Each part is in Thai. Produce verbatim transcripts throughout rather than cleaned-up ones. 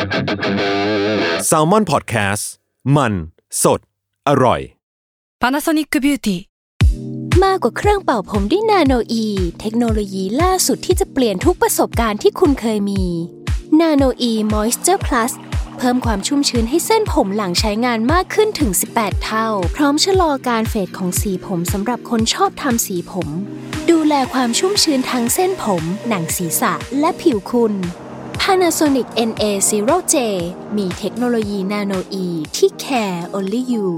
Salmon Podcast มันสดอร่อย Panasonic Beauty มากกว่าเครื่องเป่าผมด้วยนาโนอีเทคโนโลยีล่าสุดที่จะเปลี่ยนทุกประสบการณ์ที่คุณเคยมีนาโนอีมอยส์เจอร์พลัสเพิ่มความชุ่มชื้นให้เส้นผมหลังใช้งานมากขึ้นถึงสิบแปดเท่าพร้อมชะลอการเฟดของสีผมสำหรับคนชอบทำสีผมดูแลความชุ่มชื้นทั้งเส้นผมหนังศีรษะและผิวคุณ Panasonic เอ็น เอ ศูนย์ เจ มีเทคโนโลยีนาโนอีที่ care only you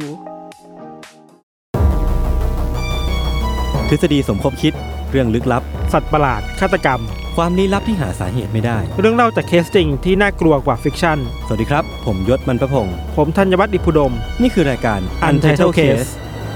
ทฤษฎีสมคบคิดเรื่องลึกลับสัตว์ประหลาดฆาตกรรมความลี้ลับที่หาสาเหตุไม่ได้เรื่องเล่าจากเคสจริงที่น่ากลัวกว่าฟิกชั่นสวัสดีครับผมยศมันประพงษ์ผมธัญวัฒน์อิพุดมนี่คือรายการ Untitled Case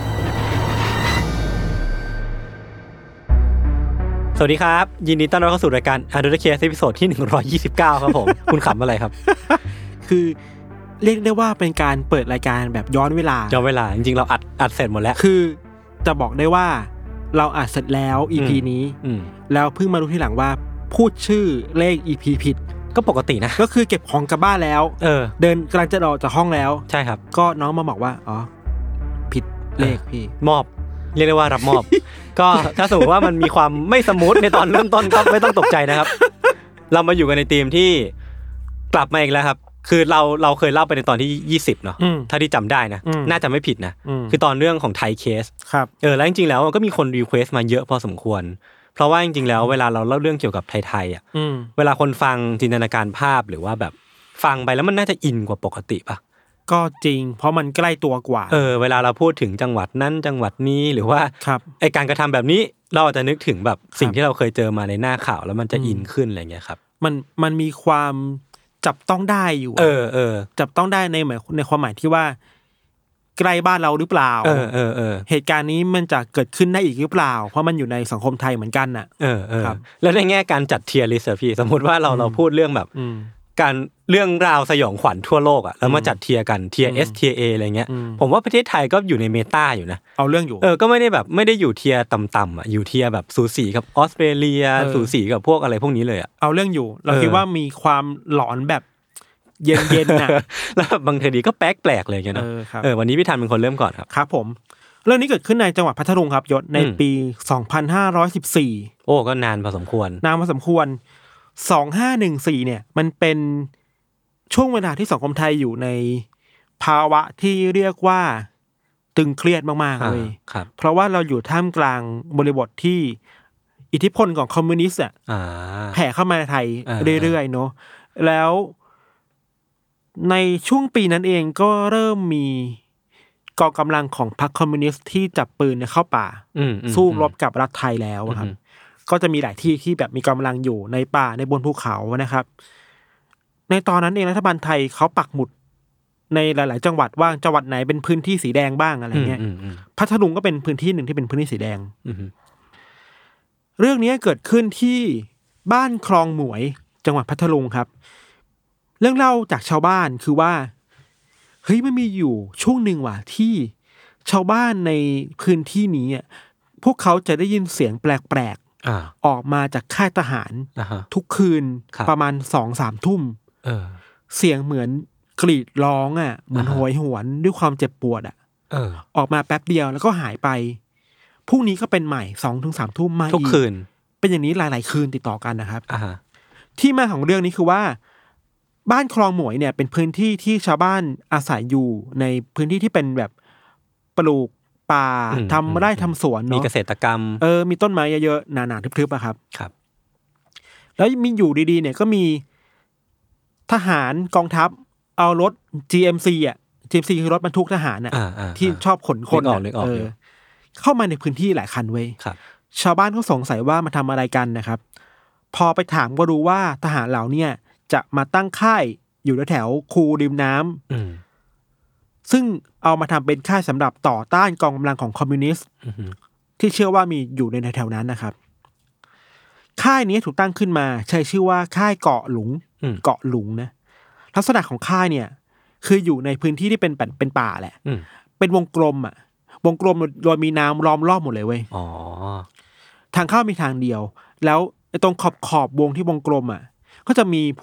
สวัสดีครับยินดีต้อนรับเข้าสู่รายการ Untitled Case ตอนที่หนึ่งร้อยยี่สิบเก้าครับผม คุณขำอะไรครับคือเรียกได้ว่าเป็นการเปิดรายการแบบย้อนเวลาย้อนเวลาจริงๆเราอัดอัดเสร็จหมดแล้วคือจะบอกได้ว่าเราอัดเสร็จแล้ว อี พี นี้แล้วเพิ่งมารู้ทีหลังว่าพูดชื่อเลข อี พี ผิดก็ปกตินะก็คือเก็บของกลับบ้านแล้วเออเดินกำลังจะออกจากห้องแล้วใช่ครับก็น้องมาบอกว่าอ๋อผิดเลขพี่มอบเรียกได้ว่ารับมอบ ก็ถ้าสมมติว่ามันมีความไม่สมูทในตอนเริ่มต้นก็ไม่ต้องตกใจนะครับเรามาอยู่กันในทีมที่กลับมาอีกแล้วครับคือเราเราเคยเล่าไปในตอนที่ยี่สิบเนาะถ้าที่จำได้นะน่าจะไม่ผิดนะคือตอนเรื่องของไทยเคสครับเออแล้วจริงๆแล้วก็มีคนรีเควสต์มาเยอะพอสมควรเพราะว่าจริงๆแล้วเวลาเราเล่าเรื่องเกี่ยวกับไทยๆอ่ะเวลาคนฟังจินตนาการภาพหรือว่าแบบฟังไปแล้วมันน่าจะอินกว่าปกติป่ะก็จริงเพราะมันใกล้ตัวกว่าเออเวลาเราพูดถึงจังหวัดนั้นจังหวัดนี้หรือว่าไอการกระทำแบบนี้เราอาจจะนึกถึงแบบสิ่งที่เราเคยเจอมาในหน้าข่าวแล้วมันจะอินขึ้นอะไรเงี้ยครับมันมันมีความจับต้องได้อยู่เออเออจับต้องได้ในหมายในความหมายที่ว่าใกล้บ้านเราหรือเปล่าเออเออเออเหตุการณ์นี้มันจะเกิดขึ้นได้อีกหรือเปล่าเพราะมันอยู่ในสังคมไทยเหมือนกันน่ะเออเออแล้วในแง่การจัดเทียร์ลิสต์พี่สมมติว่าเราเราพูดเรื่องแบบการเรื่องราวสยองขวัญทั่วโลกอ่ะแล้วมาจัดเทียร์กันเทียร์ S เทียร์ A อะไรเงี้ยผมว่าประเทศไทยก็อยู่ในเมตาอยู่นะเอาเรื่องอยู่เออก็ไม่ได้แบบไม่ได้อยู่เทียร์ต่ำๆอ่ะอยู่เทียร์แบบสูสีกับออสเตรเลียสูสีกับพวกอะไรพวกนี้เลยอ่ะเอาเรื่องอยู่เราคิดว่ามีความหลอนแบบเย็นๆน่ะแล้วบางทีก็แปลกๆเลยเงี้ยเนาะเออวันนี้พี่ธันเป็นคนเริ่มก่อนครับครับผมเรื่องนี้เกิดขึ้นในจังหวัดพัทลุงครับยศในปีสองพันห้าร้อยสิบสี่โอ้ก็นานพอสมควรนานพอสมควรสองพันห้าร้อยสิบสี่เนี่ยมันเป็นช่วงเวลาที่สังคมไทยอยู่ในภาวะที่เรียกว่าตึงเครียดมากๆเลยเพราะว่าเราอยู่ท่ามกลางบริบทที่อิทธิพลของคอมมิวนิสต์อ่ะแผ่เข้ามาในไทยเรื่อยๆเนาะแล้วในช่วงปีนั้นเองก็เริ่มมีกองกำลังของพรรคคอมมิวนิสต์ที่จับปืนเข้าป่าสู้รบกับรัฐไทยแล้วครับก็จะมีหลายที่ที่แบบมีกำลังอยู่ในป่าในบนภูเขานะครับในตอนนั้นเองรัฐบาลไทยเขาปักหมุดในหลายๆจังหวัดว่าจังหวัดไหนเป็นพื้นที่สีแดงบ้างอะไรเงี้ยพัทลุงก็เป็นพื้นที่หนึ่งที่เป็นพื้นที่สีแดงเรื่องนี้เกิดขึ้นที่บ้านคลองหมวยจังหวัดพัทลุงครับเรื่องเล่าจากชาวบ้านคือว่าเฮ้ยมันมีอยู่ช่วงหนึ่งว่ะที่ชาวบ้านในพื้นที่นี้อ่ะพวกเขาจะได้ยินเสียงแปลกๆออกมาจากค่ายทหารทุกคืนประมาณ สองถึงสาม ทุ่มเสียงเหมือนกรีดร้องอ่ะเหมือนโหยหวนด้วยความเจ็บปวดอ่ะออกมาแป๊บเดียวแล้วก็หายไปพรุ่งนี้ก็เป็นใหม่ สองถึงสาม ทุ่มมาอีกทุกคืนเป็นอย่างนี้หลายๆคืนติดต่อกันนะครับที่มาของเรื่องนี้คือว่าบ้านคลองหมวยเนี่ยเป็นพื้นที่ที่ชาวบ้านอาศัยอยู่ในพื้นที่ที่เป็นแบบปลูกป่าทำไร่ทำสวนเนาะมีเกษตรกรรมเออมีต้นไม้เยอะๆหนาๆทึบๆอะครับครับแล้วมีอยู่ดีๆเนี่ยก็มีทหารกองทัพเอารถ จี เอ็ม ซี อ่ะ จี เอ็ม ซี คือรถบรรทุกทหารน่ะที่ชอบขนคนเออเข้ามาในพื้นที่หลายคันเว้ยชาวบ้านก็สงสัยว่ามาทำอะไรกันนะครับพอไปถามก็รู้ว่าทหารเหล่านี้จะมาตั้งค่ายอยู่แถวคูริมน้ำซึ่งเอามาทำเป็นค่ายสำหรับต่อต้านกองกำลังของคอมมิวนิสต์ที่เชื่อว่ามีอยู่ในแถวนั้นนะครับค่ายนี้ถูกตั้งขึ้นมาใช้ชื่อว่าค่ายเกาะหลุงเกาะหลุงนะลักษณะของค่ายเนี่ยคืออยู่ในพื้นที่ที่เป็นเป็นป่าแหละเป็นวงกลมอ่ะวงกลมโดยมีน้ำล้อมรอบหมดเลยเว้ยทางเข้ามีทางเดียวแล้วตรงขอบขอบวงที่วงกลมอ่ะก็จะมีพวก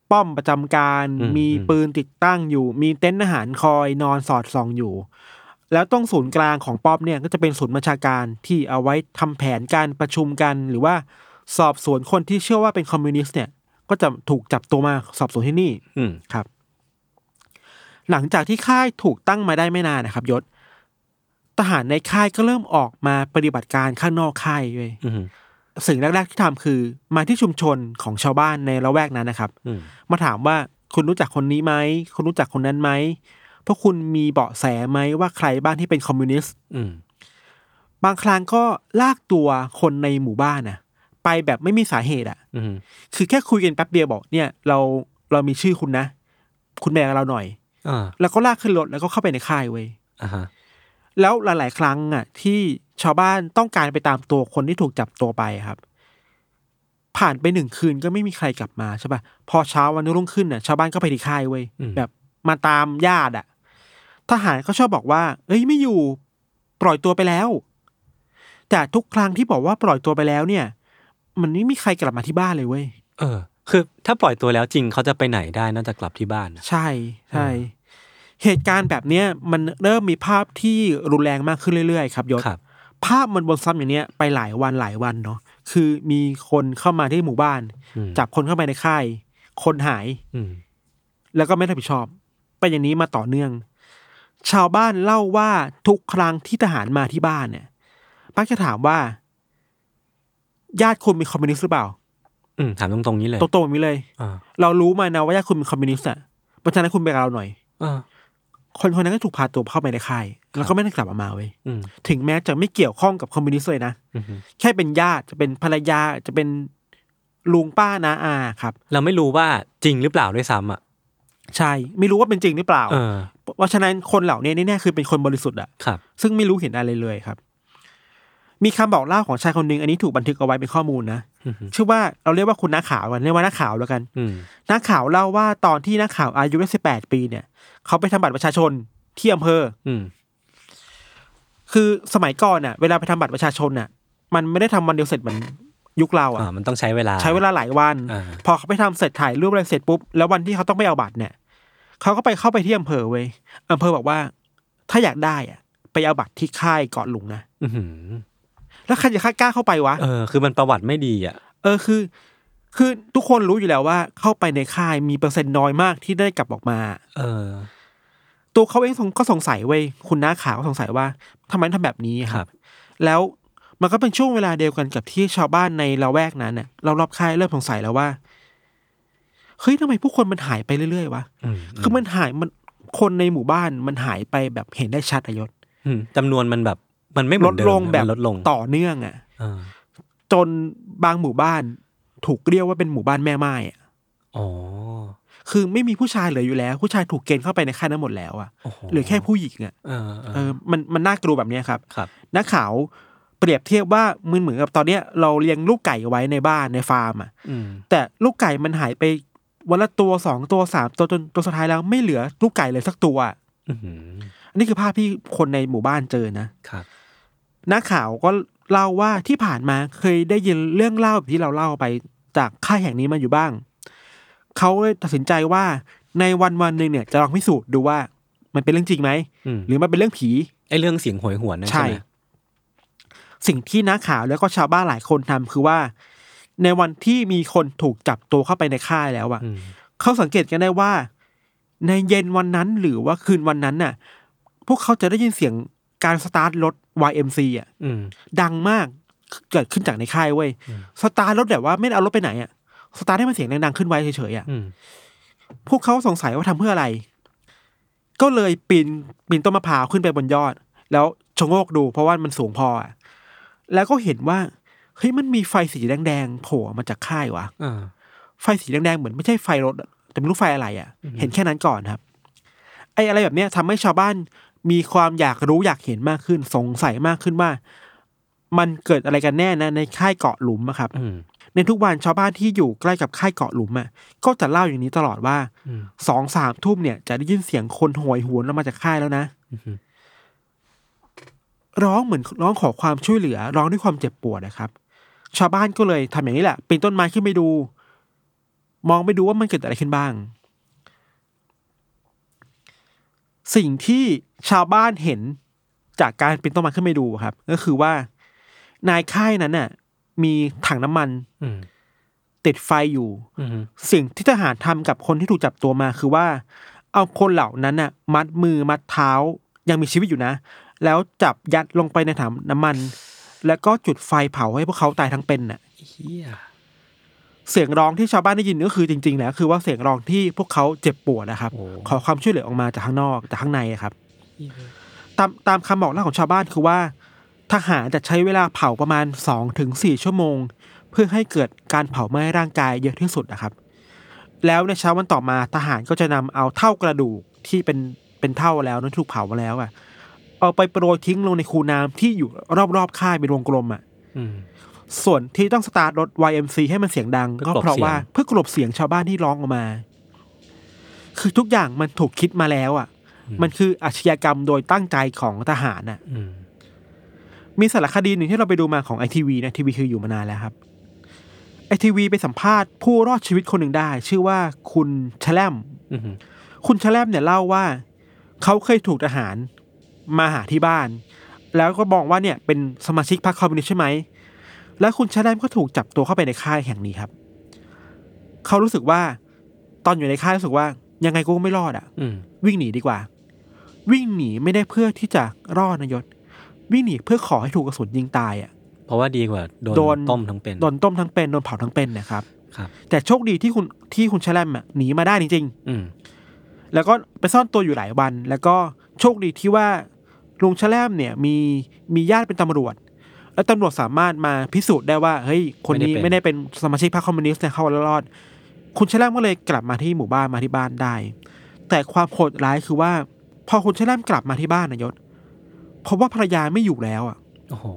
ป้อมประจำการอืมมีอืมปืนติดตั้งอยู่ มีเต็นท์ทหารคอยนอนสอดส่องอยู่ แล้วตรงศูนย์กลางของป้อมเนี่ยก็จะเป็นศูนย์บัญชาการที่เอาไว้ทำแผนการประชุมกันหรือว่าสอบสวนคนที่เชื่อว่าเป็นคอมมิวนิสต์เนี่ยก็จะถูกจับตัวมาสอบสวนที่นี่อืมครับ หลังจากที่ค่ายถูกตั้งมาได้ไม่นานนะครับยศทหารในค่ายก็เริ่มออกมาปฏิบัติการข้างนอกค่ายเลยอืมสิ่งแรกๆที่ทำคือมาที่ชุมชนของชาวบ้านในละแวกนั้นนะครับอืมมาถามว่าคุณรู้จักคนนี้ไหมคุณรู้จักคนนั้นไหมพวกคุณมีเบาะแสไหมว่าใครบ้างที่เป็นคอมมิวนิสต์อืมบางครั้งก็ลากตัวคนในหมู่บ้านน่ะไปแบบไม่มีสาเหตุอ่ะอืมคือแค่คุยกันแป๊บเดียวบอกเนี่ยเราเรามีชื่อคุณนะ คุณแบกเราหน่อยอ่าแล้วก็ลากขึ้นรถแล้วก็เข้าไปในค่ายเว้ยอ่าฮะแล้วหลาย ๆ ครั้งอ่ะที่ชาวบ้านต้องการไปตามตัวคนที่ถูกจับตัวไปครับ ผ่านไปหนึ่งคืนก็ไม่มีใครกลับมาใช่ป่ะพอเช้าวันรุ่งขึ้นน่ะชาวบ้านก็ไปที่ค่ายเว้ยอืมแบบมาตามญาติอ่ะทหารก็ชอบบอกว่าเอ้ยไม่อยู่ปล่อยตัวไปแล้ว แต่ทุกครั้งที่บอกว่าปล่อยตัวไปแล้วเนี่ย มันไม่มีใครกลับมาที่บ้านเลยเว้ยเออ คือถ้าปล่อยตัวแล้วจริงเขาจะไปไหนได้นอกจากกลับที่บ้านน่ะใช่ใช่เหตุการณ์แบบเนี้ยมันเริ่มมีภาพที่รุนแรงมากขึ้นเรื่อยๆครับยศครับภาพมันวนซ้ำอย่างเนี้ยไปหลายวันหลายวันเนาะคือมีคนเข้ามาที่หมู่บ้านอืมจับคนเข้าไปในค่าย คนหายอืมแล้วก็ไม่รับผิดชอบเป็นอย่างนี้มาต่อเนื่อง ชาวบ้านเล่าว่าทุกครั้งที่ทหารมาที่บ้านเนี่ยมักจะถามว่า ญาติคุณเป็นคอมมิวนิสต์หรือเปล่าอืมถามตรงๆนี้เลยตรงๆแบบนี้เลยอ่าเรารู้มานะว่าญาติคุณเป็นคอมมิวนิสต์อ่ะเพราะฉะนั้นคุณไปกับเราหน่อยอ่าคนคนนั้นก็ถูกพาตัวเข้าไปในค่าย แล้วก็ไม่ได้กลับออกมาเว้ยอืมถึงแม้จะไม่เกี่ยวข้องกับคอมมิวนิสต์เลยนะอืมแค่เป็นญาติจะเป็นภรรยาจะเป็นลุงป้าน้าอาครับเราไม่รู้ว่าจริงหรือเปล่าด้วยซ้ำอ่ะใช่ ไม่รู้ว่าเป็นจริงหรือเปล่าเออเพราะฉะนั้นคนเหล่านี้แน่ๆคือเป็นคนบริสุทธิ์อะครับซึ่งไม่รู้เห็นอะไรเลยครับ มีคำบอกเล่าของชายคนหนึ่งอันนี้ถูกบันทึกเอาไว้เป็นข้อมูลนะอืมชื่อว่าเราเรียกว่าคุณนักข่าวกันเรียกว่านักข่าวแล้วกันอืมนักข่าวเล่าว่าตอนที่นักข่าวอายุได้สิบแปดปีเนี่ย เขาไปทำบัตรประชาชนที่อำเภออืมคือสมัยก่อนน่ะเวลาไปทำบัตรประชาชนน่ะ มันไม่ได้ทำวันเดียวเสร็จเหมือนยุคเราอ่าอ่ะมันต้องใช้เวลาใช้เวลาหลายวันอ่าพอเขาไปทำเสร็จถ่ายรูปอะไรเสร็จปุ๊บแล้ววันที่เขาต้องไปเอาบัตรเนี่ยเขาก็ไปเข้าไปที่อำเภอเว้ยอำเภอบอกว่า ถ้าอยากได้อ่ะ ไปเอาบัตรที่ค่ายเกาะหลุงนะอืมแล้วใครจะกล้าเข้าไปวะเออ คือมันประวัติไม่ดีอ่ะเออคือ คือทุกคนรู้อยู่แล้วว่าเข้าไปในค่ายมีเปอร์เซ็นต์น้อยมากที่ได้กลับออกมาเออตัวเขาเองก็สงสัยเว้ยคุณน้าข่าวก็สงสัยว่าทำไมทำแบบนี้คครัรับ บ แล้วมันก็เป็นช่วงเวลาเดียวกันกับที่ชาวบ้านในละแวกนั้นเนี่ยเรารอบค่ายเริ่มสงสัยแล้วว่าเฮ้ยทำไมผู้คนมันหายไปเรื่อยๆวะอืมคือมันหายมันคนในหมู่บ้านมันหายไปแบบเห็นได้ชัดอะยศอืมจำนวนมันแบบ มันไม่เหมืลอนดเดิมลงแบบมันลดลงต่อเนื่องอ่ะเออจนบางหมู่บ้านถูกเรียกว่าเป็นหมู่บ้านแม่ไม้อะอ๋อคือไม่มีผู้ชายเหลืออยู่แล้ว ผู้ชายถูกเกณฑ์เข้าไปในค่ายนั้นหมดแล้วอ่ะโอ้โหเหลือแค่ผู้หญิงอ่ะเออเออมันมันน่ากลัวแบบเนี้ยครับครับนักข่าวเปรียบเทียบว่ามันเหมือนกับตอนเนี้ยเราเลี้ยงลูกไก่ไว้ในบ้านในฟาร์มอ่ะอืมแต่ลูกไก่มันหายไปวันละตัวสองตัวสามตัวจนตัวสุดท้ายแล้วไม่เหลือลูกไก่เลยสักตัวอืมอันนี้คือภาพที่คนในหมู่บ้านเจอนะครับ นักข่าวก็เล่าว่าที่ผ่านมาเคยได้ยินเรื่องเล่าแบบที่เราเล่าไปจากค่ายแห่งนี้มาอยู่บ้างเขาเลยตัดสินใจว่าในวันวันหนึ่งเนี่ยจะลองพิสูจน์ดูว่ามันเป็นเรื่องจริงไหมอืมหรือมันเป็นเรื่องผีไอ้เรื่องเสียงโหยหวนนั่นใช่ใช่ไหมสิ่งที่นักข่าวแล้วก็ชาวบ้านหลายคนทำคือว่า ในวันที่มีคนถูกจับตัวเข้าไปในค่ายแล้วอะอืมเขาสังเกตกันได้ว่า ในเย็นวันนั้นหรือว่าคืนวันนั้นน่ะ พวกเขาจะได้ยินเสียงการสตาร์ทรถ วาย เอ็ม ซี อ่ะอืมดังมากเกิดขึ้นจากในค่ายเว้ยสตาร์ทรถแบบว่าไม่ได้เอารถไปไหนอ่ะสตาร์ทให้มันเสียงดังๆขึ้นไว้เฉยๆอ่ะอืมพวกเขาสงสัยว่าทำเพื่ออะไร ก็เลยปีนปีนต้นมะพร้าวขึ้นไปบนยอด แล้วชะโงกดูเพราะว่ามันสูงพออ่ะแล้วก็เห็นว่าเฮ้ยมันมีไฟสีแดงๆโผล่มาจากค่ายวะอ่าไฟสีแดงๆเหมือนไม่ใช่ไฟรถอะแต่ไม่รู้ไฟอะไรอ่ะ เห็นแค่นั้นก่อนครับ ไอ้อะไรแบบเนี้ยทำให้ชาวบ้านมีความอยากรู้อยากเห็นมากขึ้น สงสัยมากขึ้นว่า มันเกิดอะไรกันแน่นะในค่ายเกาะหลุมอะครับอืมในทุกวันชาวบ้านที่อยู่ใกล้กับค่ายเกาะหลุมอ่ะก็จะเล่าอย่างนี้ตลอดว่าอืมสองสามทุ่มเนี่ยจะได้ยินเสียงคนโหยหวนออกมาจากค่ายแล้วนะอืมร้องเหมือนร้องขอความช่วยเหลือ ร้องด้วยความเจ็บปวดนะครับ ชาวบ้านก็เลยทำอย่างนี้แหละปีนต้นไม้ขึ้นไปดูมองไปดูว่ามันเกิดอะไรขึ้นบ้างสิ่งที่ชาวบ้านเห็นจากการปีนต้นไม้ขึ้นไปดูครับก็คือว่านายค่ายนั้นน่ะมีถังน้ำมันติดไฟอยู่สิ่งที่ทหารทำกับคนที่ถูกจับตัวมาคือว่าเอาคนเหล่านั้นน่ะมัดมือมัดเท้ายังมีชีวิตอยู่นะแล้วจับยัดลงไปในถังน้ำมันแล้วก็จุดไฟเผาให้พวกเขาตายทั้งเป็นน่ะเหี้ยเสียงร้องที่ชาวบ้านได้ยินก็คือจริงๆแล้วคือว่าเสียงร้องที่พวกเขาเจ็บปวดนะครับขอความช่วยเหลือออกมาจากข้างนอกจากข้างในครับตามตามคำบอกเล่าของชาวบ้านคือว่าทหารจะใช้เวลาเผาประมาณ สองถึงสี่ ชั่วโมงเพื่อให้เกิดการเผาไหม้ร่างกายเยอะที่สุดนะครับแล้วในเช้าวันต่อมาทหารก็จะนำเอาเท่ากระดูกที่เป็นเป็นเท่าแล้วนั้นถูกเผามาแล้วอ่ะเอาไปโปรยทิ้งลงในคูน้ำที่อยู่รอบๆค่ายเป็นวงกลมอ่ะส่วนที่ต้องสตาร์ทรถ วาย เอ็ม ซี ให้มันเสียงดังก็เพราะว่าเพื่อกลบเสียงชาวบ้านที่ร้องออกมาคือทุกอย่างมันถูกคิดมาแล้วอ่ะมันคืออาชญากรรมโดยตั้งใจของทหารน่ะมีสารคดีหนึ่งที่เราไปดูมาของ ไอ ที วี นะ ที วี คืออยู่มานานแล้วครับ ไอ ที วี ไปสัมภาษณ์ผู้รอดชีวิตคนหนึ่งได้ชื่อว่าคุณแชล่มคุณแชล่มเนี่ยเล่าว่าเขาเคยถูกทหารมาหาที่บ้านแล้วก็บอกว่าเนี่ยเป็นสมาชิกพรรคคอมมิวนิสต์ใช่ไหมแล้วคุณแชล่มก็ถูกจับตัวเข้าไปในค่ายแห่งนี้ครับเขารู้สึกว่าตอนอยู่ในค่ายรู้สึกว่ายังไงกูก็ไม่รอดอ่ะวิ่งหนีดีกว่าวิ่งหนีไม่ได้เพื่อที่จะรอดนะยศวิ่งหนีเพื่อขอให้ถูกกระสุนยิงตายอ่ะเพราะว่าดีกว่าโดนต้มทั้งเป็นโดนต้มทั้งเป็นโดนเผาทั้งเป็นนะครับแต่โชคดีที่คุณที่คุณแชล่มอ่ะหนีมาได้จริงๆแล้วก็ไปซ่อนตัวอยู่หลายวันแล้วก็โชคดีที่ว่าลุงแชล่มเนี่ยมีมีญาติเป็นตำรวจแล้วตำรวจสามารถมาพิสูจน์ได้ว่าเฮ้ยคนนี้ไม่ได้เป็นสมาชิกพรรคคอมมิวนิสต์เนี่ยเข้ารอดคุณแชล่มก็เลยกลับมาที่หมู่บ้านมาที่บ้านได้แต่ความโหดร้ายคือว่าพอคุณแชล่มกลับมาที่บ้านนะยศพบว่าภรรยาไม่อยู่แล้วอ่ะโอ้โห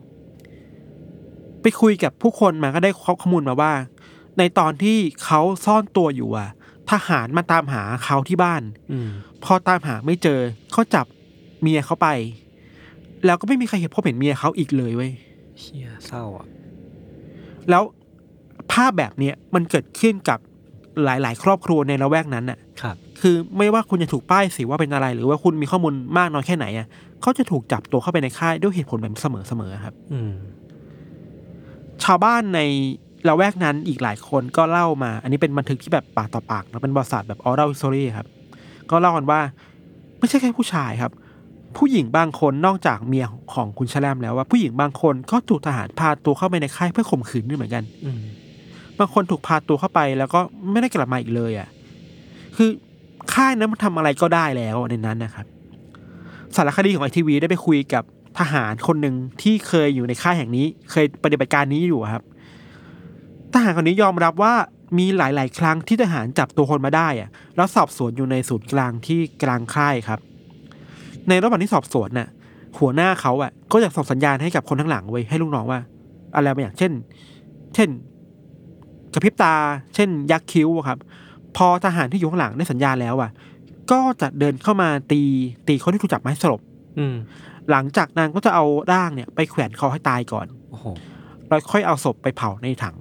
ไปคุยกับผู้คนมาก็ได้ข้อมูลมาว่าในตอนที่เขาซ่อนตัวอยู่อ่ะทหารมาตามหาเขาที่บ้านพอตามหาไม่เจอเขาจับเมียเขาไปแล้วก็ไม่มีใครเห็นพบเห็นเมียเขาอีกเลยเว้ยเชี่ยเศร้าอ่ะแล้วภาพแบบเนี้ยมันเกิดขึ้นกับหลายๆครอบครัวในละแวกนั้นน่ะครับคือไม่ว่าคุณจะถูกป้ายสีว่าเป็นอะไรหรือว่าคุณมีข้อมูลมากน้อยแค่ไหนอ่ะเขาจะถูกจับตัวเข้าไปในค่ายด้วยเหตุผลแบบเสมอๆครับอืมชาวบ้านในละแวกนั้นอีกหลายคนก็เล่ามาอันนี้เป็นบันทึกที่แบบปากต่อปากนะเป็นประวัติศาสตร์แบบ oral history ครับก็เล่ากันว่าไม่ใช่แค่ผู้ชายครับผู้หญิงบางคนนอกจากเมียของคุณแชล่มแล้วว่าผู้หญิงบางคนก็ถูกทหารพาตัวเข้าไปในค่ายเพื่อข่มขืนด้วยเหมือนกันบางคนถูกพาตัวเข้าไปแล้วก็ไม่ได้กลับมาอีกเลยอ่ะคือค่ายนั้นมันทำอะไรก็ได้แล้วในนั้นนะครับสารคดีของ ไอ ที วี ได้ไปคุยกับทหารคนหนึ่งที่เคยอยู่ในค่ายแห่งนี้เคยปฏิบัติการนี้อยู่ครับทหารคนนี้ยอมรับว่ามีหลายๆครั้งที่ทหารจับตัวคนมาได้อ่ะแล้วสอบสวนอยู่ในศูนย์กลางที่กลางค่ายครับในระหว่างที่สอบสวนน่ะหัวหน้าเขาอ่ะก็อยากส่งสัญญาณให้กับคนทั้งหลังไว้ให้ลูกน้องว่าอะไรบางอย่างเช่นเช่นกระพริบตาเช่นยักคิ้วครับพอทหารที่อยู่ข้างหลังได้สัญญาณแล้วอ่ะก็จะเดินเข้ามาตีตีคนที่ถูกจับมาให้สลบหลังจากนั้นก็จะเอาร่างเนี่ยไปแขวนคอให้ตายก่อนแล้วค่อยเอาศพไปเผาในถัง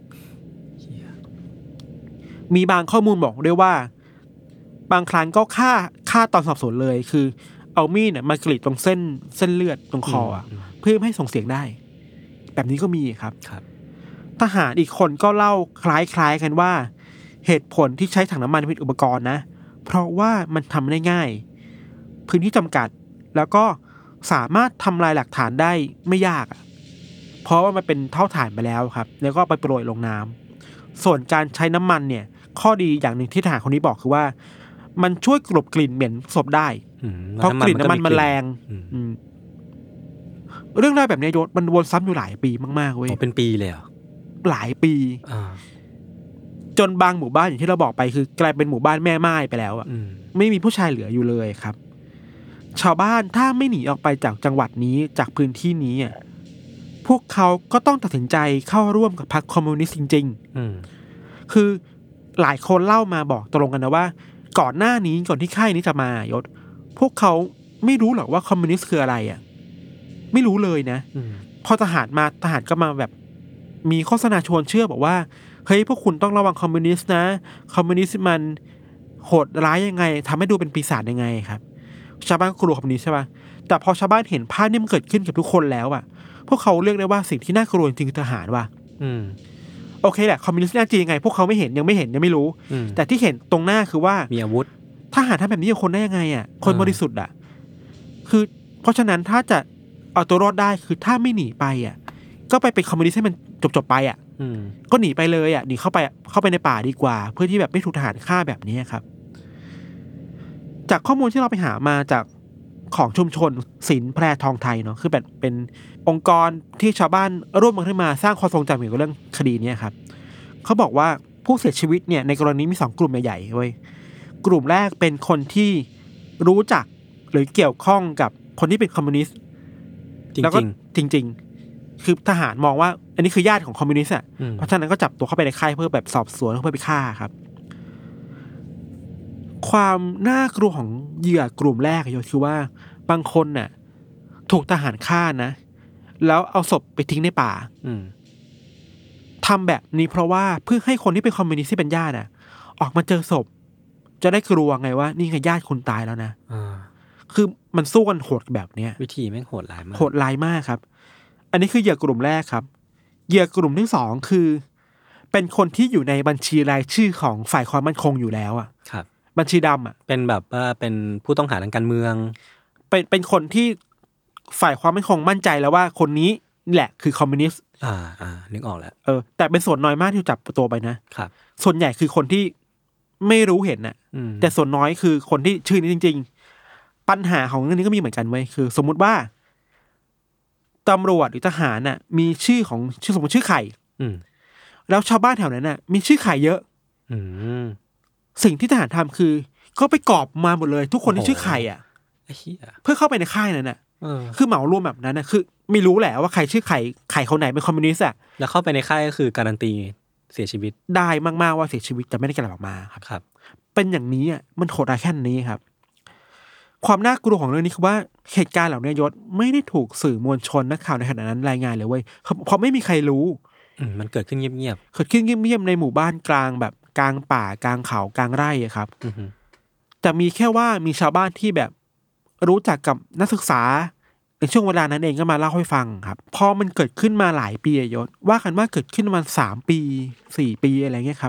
มีบางข้อมูลบอกด้วยว่าบางครั้งก็ฆ่าฆ่าตอนสอบสวนเลยคือเอามีดเนี่ยมากรีดตรงเส้นเส้นเลือดตรงคออ่ะเพื่อไม่ให้ส่งเสียงได้แบบนี้ก็มีครับครับทหารอีกคนก็เล่าคล้ายๆกันว่าเหตุผลที่ใช้ถังน้ำมันเป็นอุปกรณ์นะเพราะว่ามันทำได้ง่ายพื้นที่จำกัดแล้วก็สามารถทำลายหลักฐานได้ไม่ยากอ่ะเพราะว่ามันเป็นเท่าฐานไปแล้วครับแล้วก็ไปโปรยลงน้ำส่วนการใช้น้ำมันเนี่ยข้อดีอย่างหนึ่งที่ทหารคนนี้บอกคือว่ามันช่วยกลบกลิ่นเหม็นศพได้เพราะกลิ่นน้ำมันมันแรงเรื่องราวแบบนี้ยศมันวนซ้ำอยู่หลายปีมากๆเว้ยเป็นปีเลยเหรอหลายปีจนบางหมู่บ้านอย่างที่เราบอกไปคือกลายเป็นหมู่บ้านแม่ไม้ไปแล้วอ่ะไม่มีผู้ชายเหลืออยู่เลยครับชาวบ้านถ้าไม่หนีออกไปจากจังหวัดนี้จากพื้นที่นี้อ่ะพวกเขาก็ต้องตัดสินใจเข้าร่วมกับพรรคคอมมิวนิสต์จริงๆคือหลายคนเล่ามาบอกตรงกันนะว่าก่อนหน้านี้ก่อนที่ค่ายนี้จะมายศพวกเขาไม่รู้หรอกว่าคอมมิวนิสต์คืออะไรอ่ะไม่รู้เลยนะพอทหารมาทหารก็มาแบบมีโฆษณาชวนเชื่อบอกว่าเฮ้ยพวกคุณต้องระวังคอมมิวนิสต์นะคอมมิวนิสต์มันโหดร้ายยังไงทำให้ดูเป็นปีศาจยังไงครับชาวบ้านกลัวคอมมิวนิสต์ใช่ป่ะแต่พอชาวบ้านเห็นภาพนี้มันเกิดขึ้นกับทุกคนแล้วอ่ะพวกเขาเรียกได้ว่าสิ่งที่น่ากลัวจริงคือทหารว่ะอืมโอเคแหละคอมมิวนิสต์น่าจริงยังไงพวกเขาไม่เห็นยังไม่เห็นยังไม่รู้แต่ที่เห็นตรงหน้าคือว่ามีอาวุธทหารทำแบบนี้กับคนได้ยังไงอ่ะคนบริสุทธิ์อ่ะคือเพราะฉะนั้นถ้าจะเอาตัวรอดได้คือถ้าไม่หนีไปอ่ะก็ไปเป็นคอมมิวนิสต์ให้มันจบๆไปอ่ะก็หนีไปเลยอ่ะหนีเข้าไปเข้าไปในป่าดีกว่าเพื่อที่แบบไม่ถูกทหารฆ่าแบบนี้ครับจากข้อมูลที่เราไปหามาจากของชุมชนศิลป์แพรทองไทยเนาะคือแบบเป็นองค์กรที่ชาวบ้านร่วมกันขึ้นมาสร้างความทรงจำเกี่ยวกับเรื่องคดีนี้ครับเขาบอกว่าผู้เสียชีวิตเนี่ยในกรณีมีสองกลุ่มใหญ่ๆเว้ยกลุ่มแรกเป็นคนที่รู้จักหรือเกี่ยวข้องกับคนที่เป็นคอมมิวนิสต์แล้วก็จริงๆคือทหารมองว่าอันนี้คือญาติของคอมมิวนิสต์อ่ะเพราะฉะนั้นก็จับตัวเข้าไปในค่ายเพื่อแบบสอบสวนเพื่อไปฆ่าครับความน่ากลัวของเหยื่อกลุ่มแรกก็คือว่าบางคนน่ะถูกทหารฆ่านะแล้วเอาศพไปทิ้งในป่าทำแบบนี้เพราะว่าเพื่อให้คนที่เป็นคอมมิวนิสต์ที่เป็นญาติอ่ะออกมาเจอศพจะได้กลัวไงว่านี่ไงญาติคุณตายแล้วนะคือมันสู้กันโหดแบบเนี้ยวิธีแม่งโหดร้ายมากโหดร้ายมากครับอันนี้คือเหยื่อกลุ่มแรกครับเหยื่อกลุ่มที่สองคือเป็นคนที่อยู่ในบัญชีรายชื่อของฝ่ายความมั่นคงอยู่แล้วอ่ะครับบัญชีดำอ่ะเป็นแบบว่าเป็นผู้ต้องหาทางการเมืองเป็นเป็นคนที่ฝ่ายความมั่นคงมั่นใจแล้วว่าคนนี้แหละคือคอมมิวนิสต์อ่าอ่านึกออกแล้วเออแต่เป็นส่วนน้อยมากที่จับตัวไปนะครับส่วนใหญ่คือคนที่ไม่รู้เห็นน่ะแต่ส่วนน้อยคือคนที่ชื่อนี้จริงๆปัญหาของเรื่องนี้ก็มีเหมือนกันเว้ยคือสมมุติว่าตำรวจหรือทหารน่ะมีชื่อของชื่อสมมติชื่อไข่แล้วชาวบ้านแถวนั้นน่ะมีชื่อไข่เยอะสิ่งที่ทหารทำคือก็ไปกอบมาหมดเลยทุกคนที่ชื่อไข่อ่ะเพื่อเข้าไปในค่ายนั้นน่ะคือเหมารวมแบบนั้นน่ะคือไม่รู้แหละว่าใครชื่อไข่ไข่คนไหนเป็นคอมมิวนิสต์อ่ะแล้วเข้าไปในค่ายก็คือการันตีเสียชีวิตได้มากๆว่าเสียชีวิตแต่ไม่ได้กลับออกมาครับครับเป็นอย่างนี้อ่ะมันโหดร้ายแค่นี้ครับความน่ากลัวของเรื่องนี้คือว่าเหตุการณ์เหล่านี้ยศไม่ได้ถูกสื่อมวลชนนักข่าวในขณะนั้นรายงานเลยเว้ยเพราะไม่มีใครรู้มันเกิดขึ้นเงียบๆเกิดขึ้นเงียบๆในหมู่บ้านกลางแบบกลางป่ากลางเขากลางไร่อะครับแต่มีแค่ว่ามีชาวบ้านที่แบบรู้จักกับนักศึกษาในช่วงเวลานั้นเองก็มาเล่าให้ฟังครับพอมันเกิดขึ้นมาหลายปียศว่ากันว่าเกิดขึ้นประมาณสามปีสี่ปีอะไรเงี้ยครับ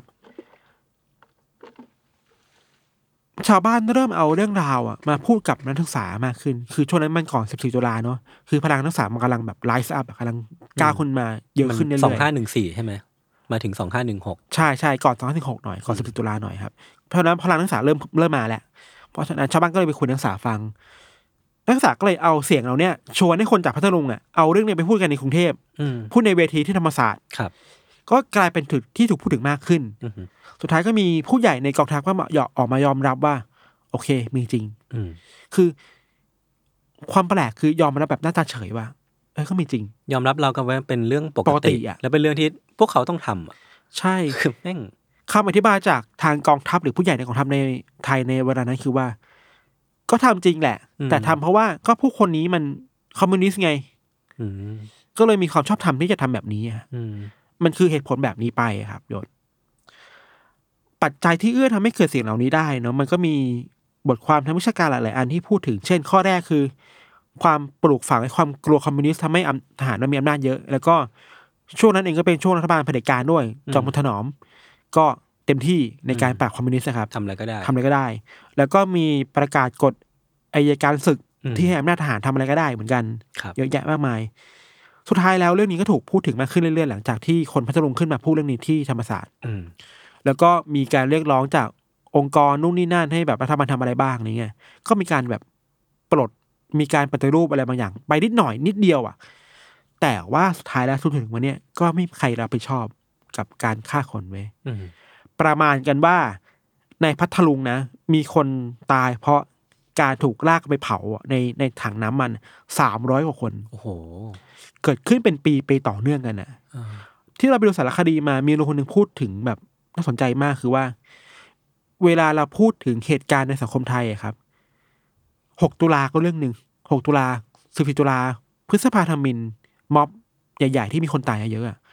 ชาวบ้านเริ่มเอาเรื่องราวอ่ะมาพูดกับนักศึกษามากขึ้นคือช่วงนั้นมันก่อนสิบสี่ตุลาเนาะคือพลังนักศึกษามันกำลังแบบไลฟ์อัพกำลังก้าวขึ้นมาเยอะขึ้นเรื่อยๆสองห้าหนึ่งสี่ใช่ไหมมาถึงสองห้าหนึ่งหกใช่ใช่ก่อนสองห้าหนึ่งหกหน่อยก่อนสิบสี่ตุลาหน่อยครับเพราะนั้นพลังนักศึกษาเริ่มเริ่มมาแล้วเพราะฉะนั้นชาวบ้านก็เลยไปคุยนักศึกษาฟังนักศึกษาก็เลยเอาเสียงเราเนี่ยชวนให้คนจากพัทลุงอ่ะเอาเรื่องนี้ไปพูดกันในกรุงเทพพูดในเวทีที่ธรรมศาสตร์ครับก็กลายเป็นจุดที่ถูกพูดถึงมากขึ้นสุดท้ายก็มีผู้ใหญ่ในกองทัพก็ออกมายอมรับว่าโอเคมีจริงคือความแปลกคือยอมรับแบบหน้าตาเฉยว่าเออก็มีจริงยอมรับเรากันว่าเป็นเรื่องปกติอ่ะแล้วเป็นเรื่องที่พวกเขาต้องทำอ่ะใช่คือแม่งคำอธิบายจากทางกองทัพหรือผู้ใหญ่ในกองทัพในไทยในเวลานั้นคือว่าก็ทำจริงแหละแต่ทำเพราะว่าก็ผู้คนนี้มันคอมมิวนิสต์ไงก็เลยมีความชอบธรรมที่จะทำแบบนี้อ่ะมันคือเหตุผลแบบนี้ไปครับยศปัจจัยที่เอื้อทำให้เกิดสิ่งเหล่านี้ได้เนาะมันก็มีบทความทางวิชาการหลายๆอันที่พูดถึงเช่นข้อแรกคือความปลูกฝังให้ความกลัวคอมมิวนิสต์ทำให้ทหารมีอำนาจเยอะแล้วก็ช่วงนั้นเองก็เป็นช่วงรัฐบาลเผด็จการด้วยจอมพลถนอมก็เต็มที่ในการปราบคอมมิวนิสต์นะครับทำอะไรก็ได้ทำอะไรก็ได้แล้วก็มีประกาศกฎอัยการศึกที่ให้อำนาจทหารทำอะไรก็ได้เหมือนกันเยอะแยะมากมายสุดท้ายแล้วเรื่องนี้ก็ถูกพูดถึงมากขึ้นเรื่อยๆหลังจากที่คนพัทลุงขึ้นมาพูดเรื่องนี้ที่ธรรมศาสตร์แล้วก็มีการเรียกร้องจากองค์กรนู่นนี่นั่นให้แบบรัฐบาลทำอะไรบ้างนี่ไงก็มีการแบบปลดมีการปฏิรูปอะไรบางอย่างไปนิดหน่อยนิดเดียวอ่ะแต่ว่าสุดท้ายแล้วสุดถึงวันนี้ก็ไม่มีใครรับผิดชอบกับการฆ่าคนไว้ประมาณกันว่าในพัทลุงนะมีคนตายเพราะการถูกลากไปเผาในในถังน้ำมันสามร้อยกว่าคนโอ้โหเกิดขึ้นเป็นปีไปต่อเนื่องกันนะที่เราไปดูสารคดีมามีคนหนึ่งพูดถึงแบบน่าสนใจมากคือว่าเวลาเราพูดถึงเหตุการณ์ในสังคมไทยอะครับหกตุลาก็เรื่องหนึ่งหกตุลาสิบสี่ตุลาพฤษภาธมิฬม็อบใหญ่ๆที่มีคนตายเยอะๆ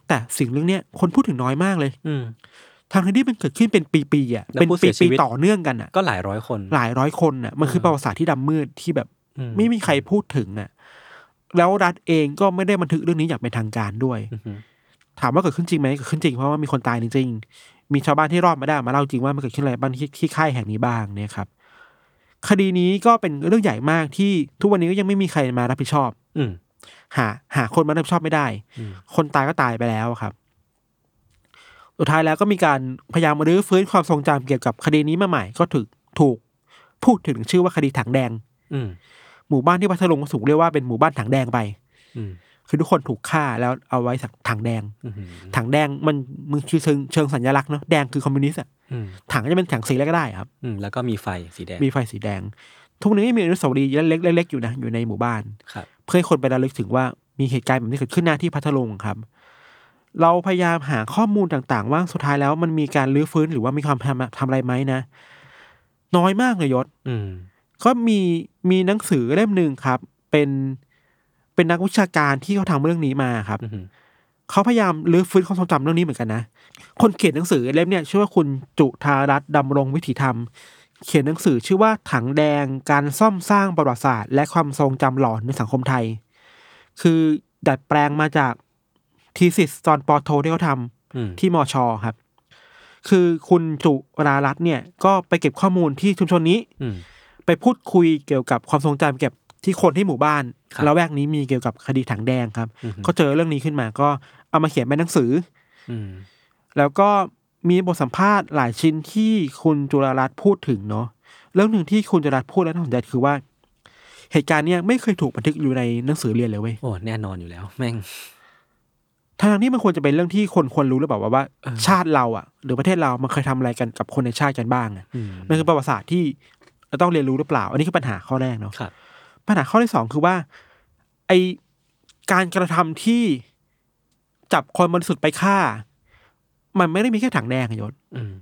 แต่สิ่งเรื่องเนี้ยคนพูดถึงน้อยมากเลยอืมทางที่มันเกิดขึ้นเป็นปีๆอ่ะแล้วเป็นผู้เสียชีปีวิตๆต่อเนื่องกันอ่ะก็หลายร้อยคนหลายร้อยคนอ่ะมันคือประวัติศาสตร์ที่ดำมืดที่แบบอืมไม่มีใครพูดถึงอ่ะแล้วรัฐเองก็ไม่ได้บันทึกเรื่องนี้อย่างเป็นทางการด้วยอือฮึถามว่าเกิดขึ้นจริงไหมเกิดขึ้นจริงเพราะว่ามีคนตายจริงๆมีชาวบ้านที่รอดมาได้มาเล่าจริงว่ามันเกิดขึ้นอะไรบ้างที่ที่ค่ายแห่งนี้บ้างเนี่ยครับคดีนี้ก็เป็นเรื่องใหญ่มากที่ทุกวันนี้ก็ยังไม่มีใครมารับผิดชอบอืมหาหาคนมารับผิดชอบไม่ได้อืมคนตายก็ตายไปแล้วครับสุดท้ายแล้วก็มีการพยายามรื้อฟื้นความทรงจำเกี่ยวกับคดีนี้มาใหม่ก็ถูกถูกพูดถึงชื่อว่าคดีถังแดงอืมหมู่บ้านที่พัทลุงสูงเรียกว่าเป็นหมู่บ้านถังแดงไปอืมคือทุกคนถูกฆ่าแล้วเอาไว้สักถังแดงอืมถังแดงมันมันคือเชิงเชิงสัญลักษณ์เนาะแดงคือคอมมิวนิสต์อ่ะอืมถังก็จะเป็นถังสีอะไรก็ได้ครับอืมแล้วก็มีไฟสีแดงมีไฟสีแดง ทุกวันนี้มีอนุสาวรีย์เล็กๆเล็กๆอยู่นะอยู่ในหมู่บ้านครับเพื่อให้คนไประลึกถึงว่ามีเหตุการณ์แบบนี้เกิดขึ้นหน้าที่พัทลุงครับ เราพยายามหาข้อมูลต่างๆว่าสุดท้ายแล้วมันมีการรื้อฟื้นหรือว่ามีความทำทำอะไรไหมนะ น้อยมากเลยยศอืมก็มีมีหนังสือเล่มหนึ่งครับ เป็นเป็นนักวิชาการที่เขาทำเรื่องนี้มาครับอืมเขาพยายามรื้อฟื้นความทรงจำเรื่องนี้เหมือนกันนะ คนเขียนหนังสือเล่มเนี่ยชื่อว่าคุณจุธารัตน์ดำรงวิถีธรรม เขียนหนังสือชื่อว่าถังแดงการซ่อมสร้างประวัติศาสตร์และความทรงจำหลอนในสังคมไทย คือดัดแปลงมาจากทีสิสตอนปอโทที่เขาทอืมำที่มอชอครับ คือคุณจุรารัตน์เนี่ยก็ไปเก็บข้อมูลที่ชุมชนนี้อืมไปพูดคุยเกี่ยวกับความทรงจำเกี่ยวกับที่คนที่หมู่บ้านครับละแวกนี้มีเกี่ยวกับคดีถังแดงครับอืมก็เจอเรื่องนี้ขึ้นมาก็เอามาเขียนเป็นหนังสืออืมแล้วก็มีบทสัมภาษณ์หลายชิ้นที่คุณจุรารัตน์พูดถึงเนาะเรื่องหนึ่งที่คุณจุรารัตน์พูดแล้วน่าสนใจคือว่า เหตุการณ์เนี้ยไม่เคยถูกบันทึกอยู่ในหนังสือเรียนเลยเว้ยโอ้แน่นอนอยู่แล้ว แม่งทางที่มันควรจะเป็นเรื่องที่คนควรรู้หรือเปล่าว่าว่าเออชาติเราอ่ะ หรือประเทศเรามันเคยทำอะไรกันกับคนในชาติกันบ้างอ่ะอืมมันคือประวัติศาสตร์ที่เราต้องเรียนรู้หรือเปล่า อันนี้คือปัญหาข้อแรกเนาะครับปัญหาข้อที่สองคือว่าไอการกระทำที่จับคนบริสุทธิ์ไปฆ่า มันไม่ได้มีแค่ถังแดงอะยศอืม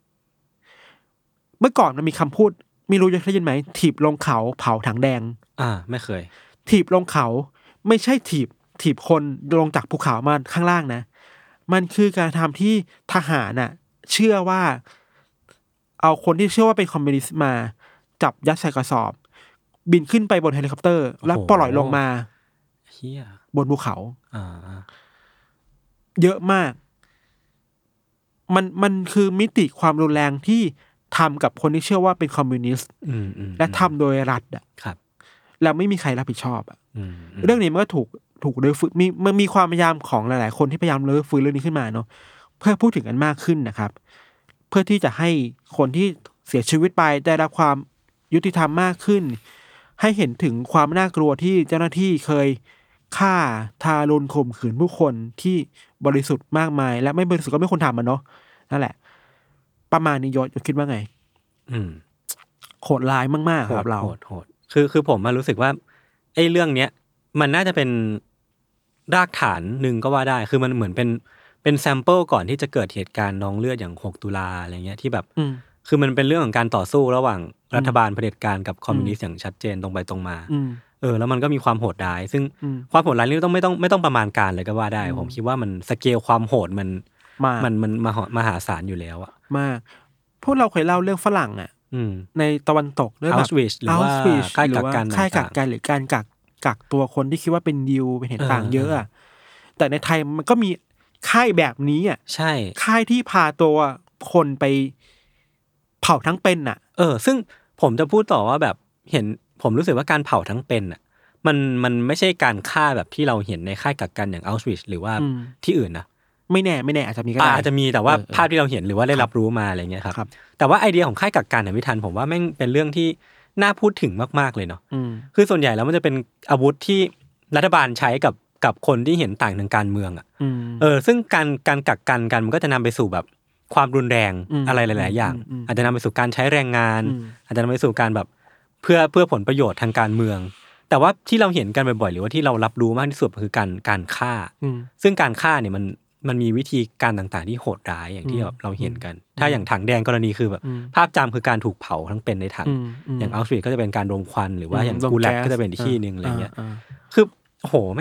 เมื่อก่อนมันมีคำพูดไม่รู้จะได้ยินไหมถีบลงเขาเผาถังแดงอ่า ไม่เคยถีบลงเขาไม่ใช่ถีบถีบคนลงจากภูเขามาข้างล่างนะ มันคือการทำที่ทหารน่ะ เชื่อว่า เอาคนที่เชื่อว่าเป็นคอมมิวนิสต์มา จับยัดใส่กระสอบ บินขึ้นไปบนเฮลิคอปเตอร์ แล้วโอ้โหปล่อยลงมาเฮียบนภูเขาอ่าเยอะมาก มันมันคือมิติความรุนแรงที่ทำกับคนที่เชื่อว่าเป็นคอมมิวนิสต์อืมอืมและทำโดยรัฐอ่ะครับแล้วไม่มีใครรับผิดชอบอ่ะอืมมเรื่องนี้มันก็ถูกถูกรื้อฟื้นมีมันมีความพยายามของหลาย ๆ คนที่พยายามรื้อฟื้นเรื่องนี้ขึ้นมาเนาะเพื่อพูดถึงกันมากขึ้นนะครับ เพื่อที่จะให้คนที่เสียชีวิตไปได้รับความยุติธรรมมากขึ้น ให้เห็นถึงความน่ากลัวที่เจ้าหน้าที่เคยฆ่าทารุณข่มขืนผู้คนที่บริสุทธิ์มากมาย และไม่บริสุทธิ์ก็ไม่ควรทำมันเนาะนั่นแหละ ประมาณนี้ยศยศคิดว่าไงอืมโหดร้ายมากๆโหคดรับเราโหดโหดคือคือผมมารู้สึกว่าไอ้เรื่องเนี้ย มันน่าจะเป็นรากฐานหนึ่งก็ว่าได้ คือมันเหมือนเป็นเป็นแซมเปิลก่อนที่จะเกิดเหตุการณ์นองเลือดอย่างหกตุลาอะไรเงี้ยที่แบบอืมคือมันเป็นเรื่องของการต่อสู้ระหว่างรัฐบาลเผด็จการกับคอมมิวนิสต์อย่างชัดเจนตรงไปตรงมาอืมเออแล้วมันก็มีความโหดร้าย ซึ่งอืมความโหดร้ายนี้ต้องไม่ต้องไม่ต้องประมาณการเลยก็ว่าได้ ผมคิดว่ามันสเกลความโหดมันมากมันมันมหามหาศาลอยู่แล้วอะมากพวกเราเคยเล่าเรื่องฝรั่งอ่ะอืมในตะวันตกเรื่องแบบ Auschwitz หรือว่า Auschwitz ค่ายหรืกักว่ากันค่ายกักต่างๆกันหรือการกักกักตัวคนที่คิดว่าเป็นดิวเป็นเหตุต่างเออเยอะอะแต่ในไทยมันก็มีค่ายแบบนี้อ่ะใช่ค่ายที่พาตัวคนไปเผาทั้งเป็นอ่ะเออ ซึ่งผมจะพูดต่อว่าแบบเห็นผมรู้สึกว่าการเผาทั้งเป็นอ่ะมันมันไม่ใช่การฆ่าแบบที่เราเห็นในค่ายกักกันอย่างอัลชวิชหรือว่าอืมที่อื่นนะไม่แน่ไม่แน่อาจจะมีก็ได้อาจจะมีแต่ว่าเออเออภาพที่เราเห็นหรือว่าได้รับรู้มาอะไรเงี้ยครับครับแต่ว่าไอเดียของค่ายกักกันเนี่ยวิทันผมว่าแม่งเป็นเรื่องที่น่าพูดถึงมากๆเลยเนาะอืมคือส่วนใหญ่แล้วมันจะเป็นอาวุธที่รัฐบาลใช้กับกับคนที่เห็นต่างทางการเมืองอ่ะอืมเออซึ่งการการกักกันกันมันก็จะนำไปสู่แบบความรุนแรงอืมอะไรหลาย ๆ อย่างอืมอืมอาจจะนำไปสู่การใช้แรงงานอืมอาจจะนำไปสู่การแบบเพื่อเพื่อผลประโยชน์ทางการเมือง แต่ว่าที่เราเห็นกันบ่อยๆหรือว่าที่เรารับรู้มากที่สุดคือการการฆ่าอืมซึ่งการฆ่าเนี่ยมันมันมีวิธีการต่างๆที่โหดร้ายอย่างที่อืมแบบเราเห็นกัน ถ้าอย่างถังแดงกรณีคือแบบอืมภาพจำคือการถูกเผาทั้งเป็นในถังอืมมอย่างอัลชวิชก็จะเป็นการรมควันหรือว่าอย่างลมกูแลกสก็จะเป็นอีกที่หนึ่งอะไรเงี้ยาาคือโหแม่ง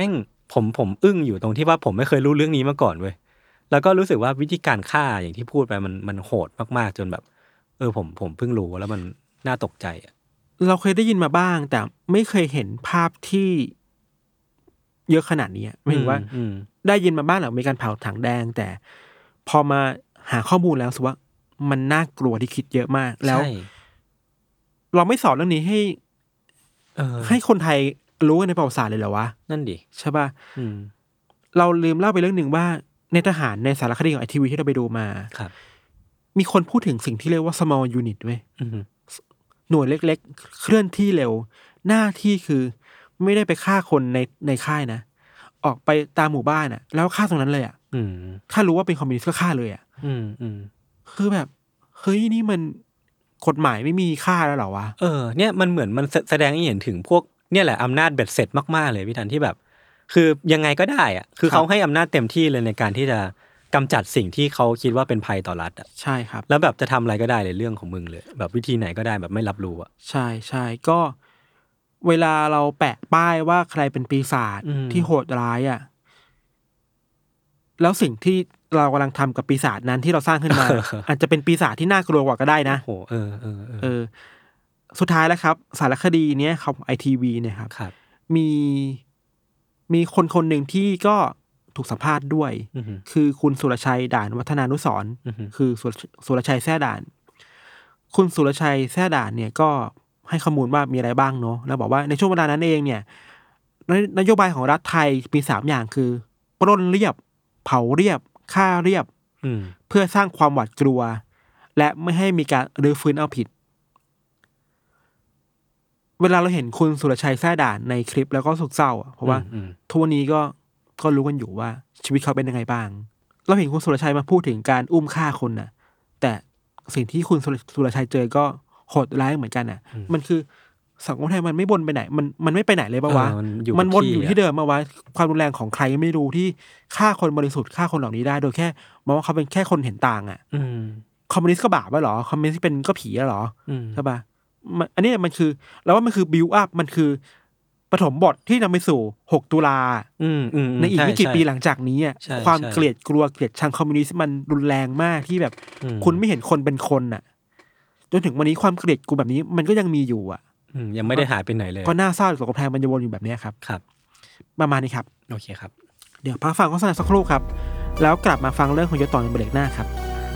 ผมผมอึ้งอยู่ตรงที่ว่าผมไม่เคยรู้เรื่องนี้มาก่อนเว้ยแล้วก็รู้สึกว่าวิธีการฆ่าอย่างที่พูดไปมันมันโหดมากๆจนแบบเออผมผมเพิ่งรู้แล้วมันน่าตกใจอ่ะเราเคยได้ยินมาบ้างแต่ไม่เคยเห็นภาพที่เยอะขนาดนี้ไม่ถึงว่าได้ยินมาบ้างแหละมีการเผาถังแดงแต่พอมาหาข้อมูลแล้วรู้สึกว่ามันน่ากลัวที่คิดเยอะมากแล้วเราไม่สอนเรื่องนี้ให้ให้คนไทยรู้กันในประวัติศาสตร์เลยเหรอวะนั่นดิใช่ป่ะเราลืมเล่าไปเรื่องหนึ่งว่าในทหารในสารคดีของไอทีวีที่เราไปดูมามีคนพูดถึงสิ่งที่เรียกว่า small unit เว้ยหน่วยเล็กๆเคลื่อนที่เร็วหน้าที่คือไม่ได้ไปฆ่าคนในในค่ายนะออกไปตามหมู่บ้านอ่ะแล้วฆ่าตรงนั้นเลยอ่ะถ้ารู้ว่าเป็นคอมมิวนิสต์ก็ฆ่าเลยอ่ะคือแบบเฮ้ยนี่มันกฎหมายไม่มีค่าแล้วเหรอวะเออเนี่ยมันเหมือนมันแสดงให้เห็นถึงพวกเนี่ยแหละอำนาจเบ็ดเสร็จมากๆเลยพี่ทันที่แบบคือยังไงก็ได้อ่ะคือเขาให้อำนาจเต็มที่เลยในการที่จะกำจัดสิ่งที่เขาคิดว่าเป็นภัยต่อรัฐอ่ะใช่ครับแล้วแบบจะทำอะไรก็ได้เลยเรื่องของมึงเลยแบบวิธีไหนก็ได้แบบไม่รับรู้อ่ะใช่ใช่ก็เวลาเราแปะป้ายว่าใครเป็นปีศาจที่โหดร้ายอ่ะแล้วสิ่งที่เรากำลังทำกับปีศาจนั้นที่เราสร้างขึ้นมา อาจจะเป็นปีศาจที่น่ากลัวกว่าก็ได้นะโอ้เออเออเออสุดท้ายแล้วครับสารคดีเนี้ยของไอทีวีเนี่ยครับมีมีคนคนหนึ่งที่ก็ถูกสัมภาษณ์ด้วยคือคุณสุรชัยด่านวัฒนานุสรณ์คือสุรชัยแท้ด่านคุณสุรชัยแท้ด่านเนี่ยก็ให้ข้อมูลว่ามีอะไรบ้างเนาะแล้วบอกว่าในช่วงเวลานั้นเองเนี่ยนโยบายของรัฐไทยมีสามอย่างคือปล้นเรียบเผาเรียบฆ่าเรียบเพื่อสร้างความหวาดกลัวและไม่ให้มีการรื้อฟื้นเอาผิดเวลาเราเห็นคุณสุรชัยแท้ด่านในคลิปแล้วก็สุกเศร้าอ่ะเพราะว่าทุกวันนี้ก็ก็รู้กันอยู่ว่าชีวิตเขาเป็นยังไงบ้างเราเห็นคุณสุรชัยมาพูดถึงการอุ้มฆ่าคนน่ะแต่สิ่งที่คุณสุรชัยเจอก็โหดร้ายเหมือนกันน่ะมันคือสังคมไทยมันไม่บนไปไหนมันมันไม่ไปไหนเลยป่ะวะมันวนอยู่ที่เดิมมาว่าความรุนแรงของใครไม่รู้ที่ฆ่าคนบริสุทธิ์ฆ่าคนเหล่านี้ได้โดยแค่มองว่าเขาเป็นแค่คนเห็นต่างอ่ะคอมมิวนิสต์ก็บาปป่ะหรอคอมมิวนิสต์เป็นก็ผีอ่ะหรอใช่ป่ะอันนี้มันคือแล้วว่ามันคือบิวอัพมันคือปฐมบทที่นำไปสู่หกตุลาในอีกไม่กี่ปีหลังจากนี้อ่ะความเกลียดกลัวเกลียดชังคอมมิวนิสต์มันรุนแรงมากที่แบบคุณไม่เห็นคนเป็นคนอ่ะจนถึงวันนี้ความเกลียดกลัวแบบนี้มันก็ยังมีอยู่อ่ะยังไม่ได้หายไปไหนเลยก็น่าเศร้าสังคมไทยมันจะวนอยู่แบบนี้ครับครับประมาณนี้ครับโอเคครับเดี๋ยวพักฟังโฆษณาสักครู่ครับแล้วกลับมาฟังเรื่องของยศต่อในเบรกหน้าครับ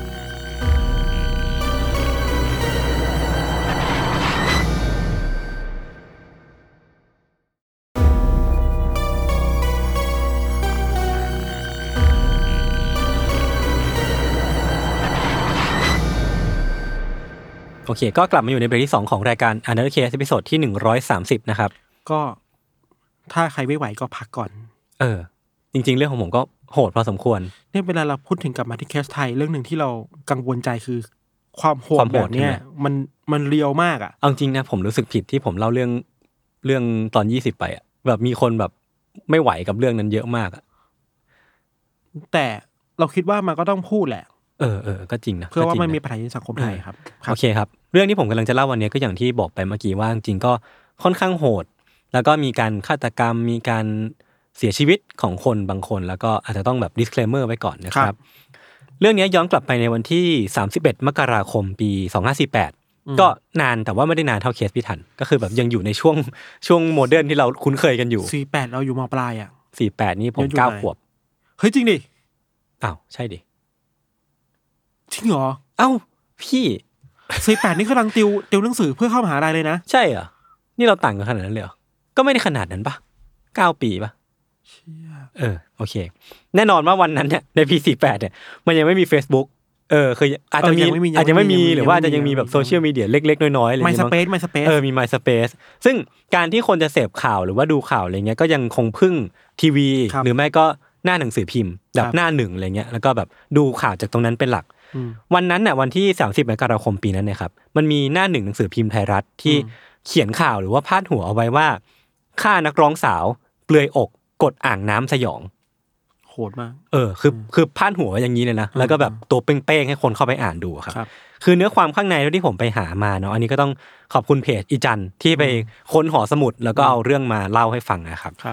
โอเคก็กลับมาอยู่ในเบรกที่สองของรายการ Another Case ตอนที่หนึ่งร้อยสามสิบนะครับก็ถ้าใครไม่ไหวก็พักก่อนเออจริงๆเรื่องของผมก็โหดพอสมควรเนี่ยเวลาเราพูดถึงกลับมาที่เคสไทยเรื่องนึงที่เรากังวลใจคือความโหดแบบนี้มันมันเรียวมากอ่ะเอาจริงนะผมรู้สึกผิดที่ผมเล่าเรื่องเรื่องตอนยี่สิบไปอ่ะแบบมีคนแบบไม่ไหวกับเรื่องนั้นเยอะมากอ่ะแต่เราคิดว่ามันก็ต้องพูดแหละเออเออก็จริงนะเพื่อว่ามันมีปัญหาในสังคมไทยครับโอเคครับเรื่องที่ผมกำลังจะเล่าวันนี้ก็อย่างที่บอกไปเมื่อกี้ว่าจริงๆก็ค่อนข้างโหดแล้วก็มีการฆาตกรรมมีการเสียชีวิตของคนบางคนแล้วก็อาจจะต้องแบบ disclaimer ไว้ก่อนนะครับเรื่องนี้ย้อนกลับไปในวันที่สามสิบเอ็ดมกราคมปีสองพันห้าร้อยสี่สิบแปดก็นานแต่ว่าไม่ได้นานเท่าเคสพี่ทันก็คือแบบยังอยู่ในช่วงช่วงโมเดิร์นที่เราคุ้นเคยกันอยู่สี่สิบแปดเราอยู่ม.ปลายอ่ะสี่สิบแปดนี่ผมเก้าขวบเฮ้ยจริงดิอ้าวใช่ดิจริงเหรอเอ้าพี่สี่สิบแปดนี่กำลังติวติวหนังสือเพื่อเข้ามหาลัยเลยนะใช่เหรอนี่เราต่างกันขนาดนั้นเลยเหรอก็ไม่ได้ขนาดนั้นป่ะเก้าปีป่ะเชี่ยเออโอเคแน่นอนว่าวันนั้นเนี่ยในปีสี่สิบแปดเนี่ยมันยังไม่มี Facebook เออคืออาจจะมีอาจจะไม่มีหรือว่าอาจจะยังมีแบบโซเชียลมีเดียเล็กๆน้อยๆอะไรอย่างเงี้ย MySpace MySpace เออมี MySpace ซึ่งการที่คนจะเสพข่าวหรือว่าดูข่าวอะไรเงี้ยก็ยังคงพึ่งทีวีหรือไม่ก็หน้าหนังสือพิมพ์แบบหน้าหนึ่งอะไรเงี้ยแล้วก็แบบดูข่าวจากตรงนั้นเป็นหลักวันนั้นน่ะวันที่สามสิบมกราคมปีนั้นนะครับมันมีหน้าหนึ่งหนังสือพิมพ์ไทยรัฐที่เขียนข่าวหรือว่าพาดหัวเอาไว้ว่าฆ่านักร้องสาวเปลือยอกกดอ่างน้ำสยองโหดมากเออคือคือพาดหัวอย่างนี้เลยนะแล้วก็แบบตัวเป้งๆให้คนเข้าไปอ่านดูครับคือเนื้อความข้างในที่ผมไปหามาเนาะอันนี้ก็ต้องขอบคุณเพจอีจันที่ไปค้นหอสมุดแล้วก็เอาเรื่องมาเล่าให้ฟังนะครับ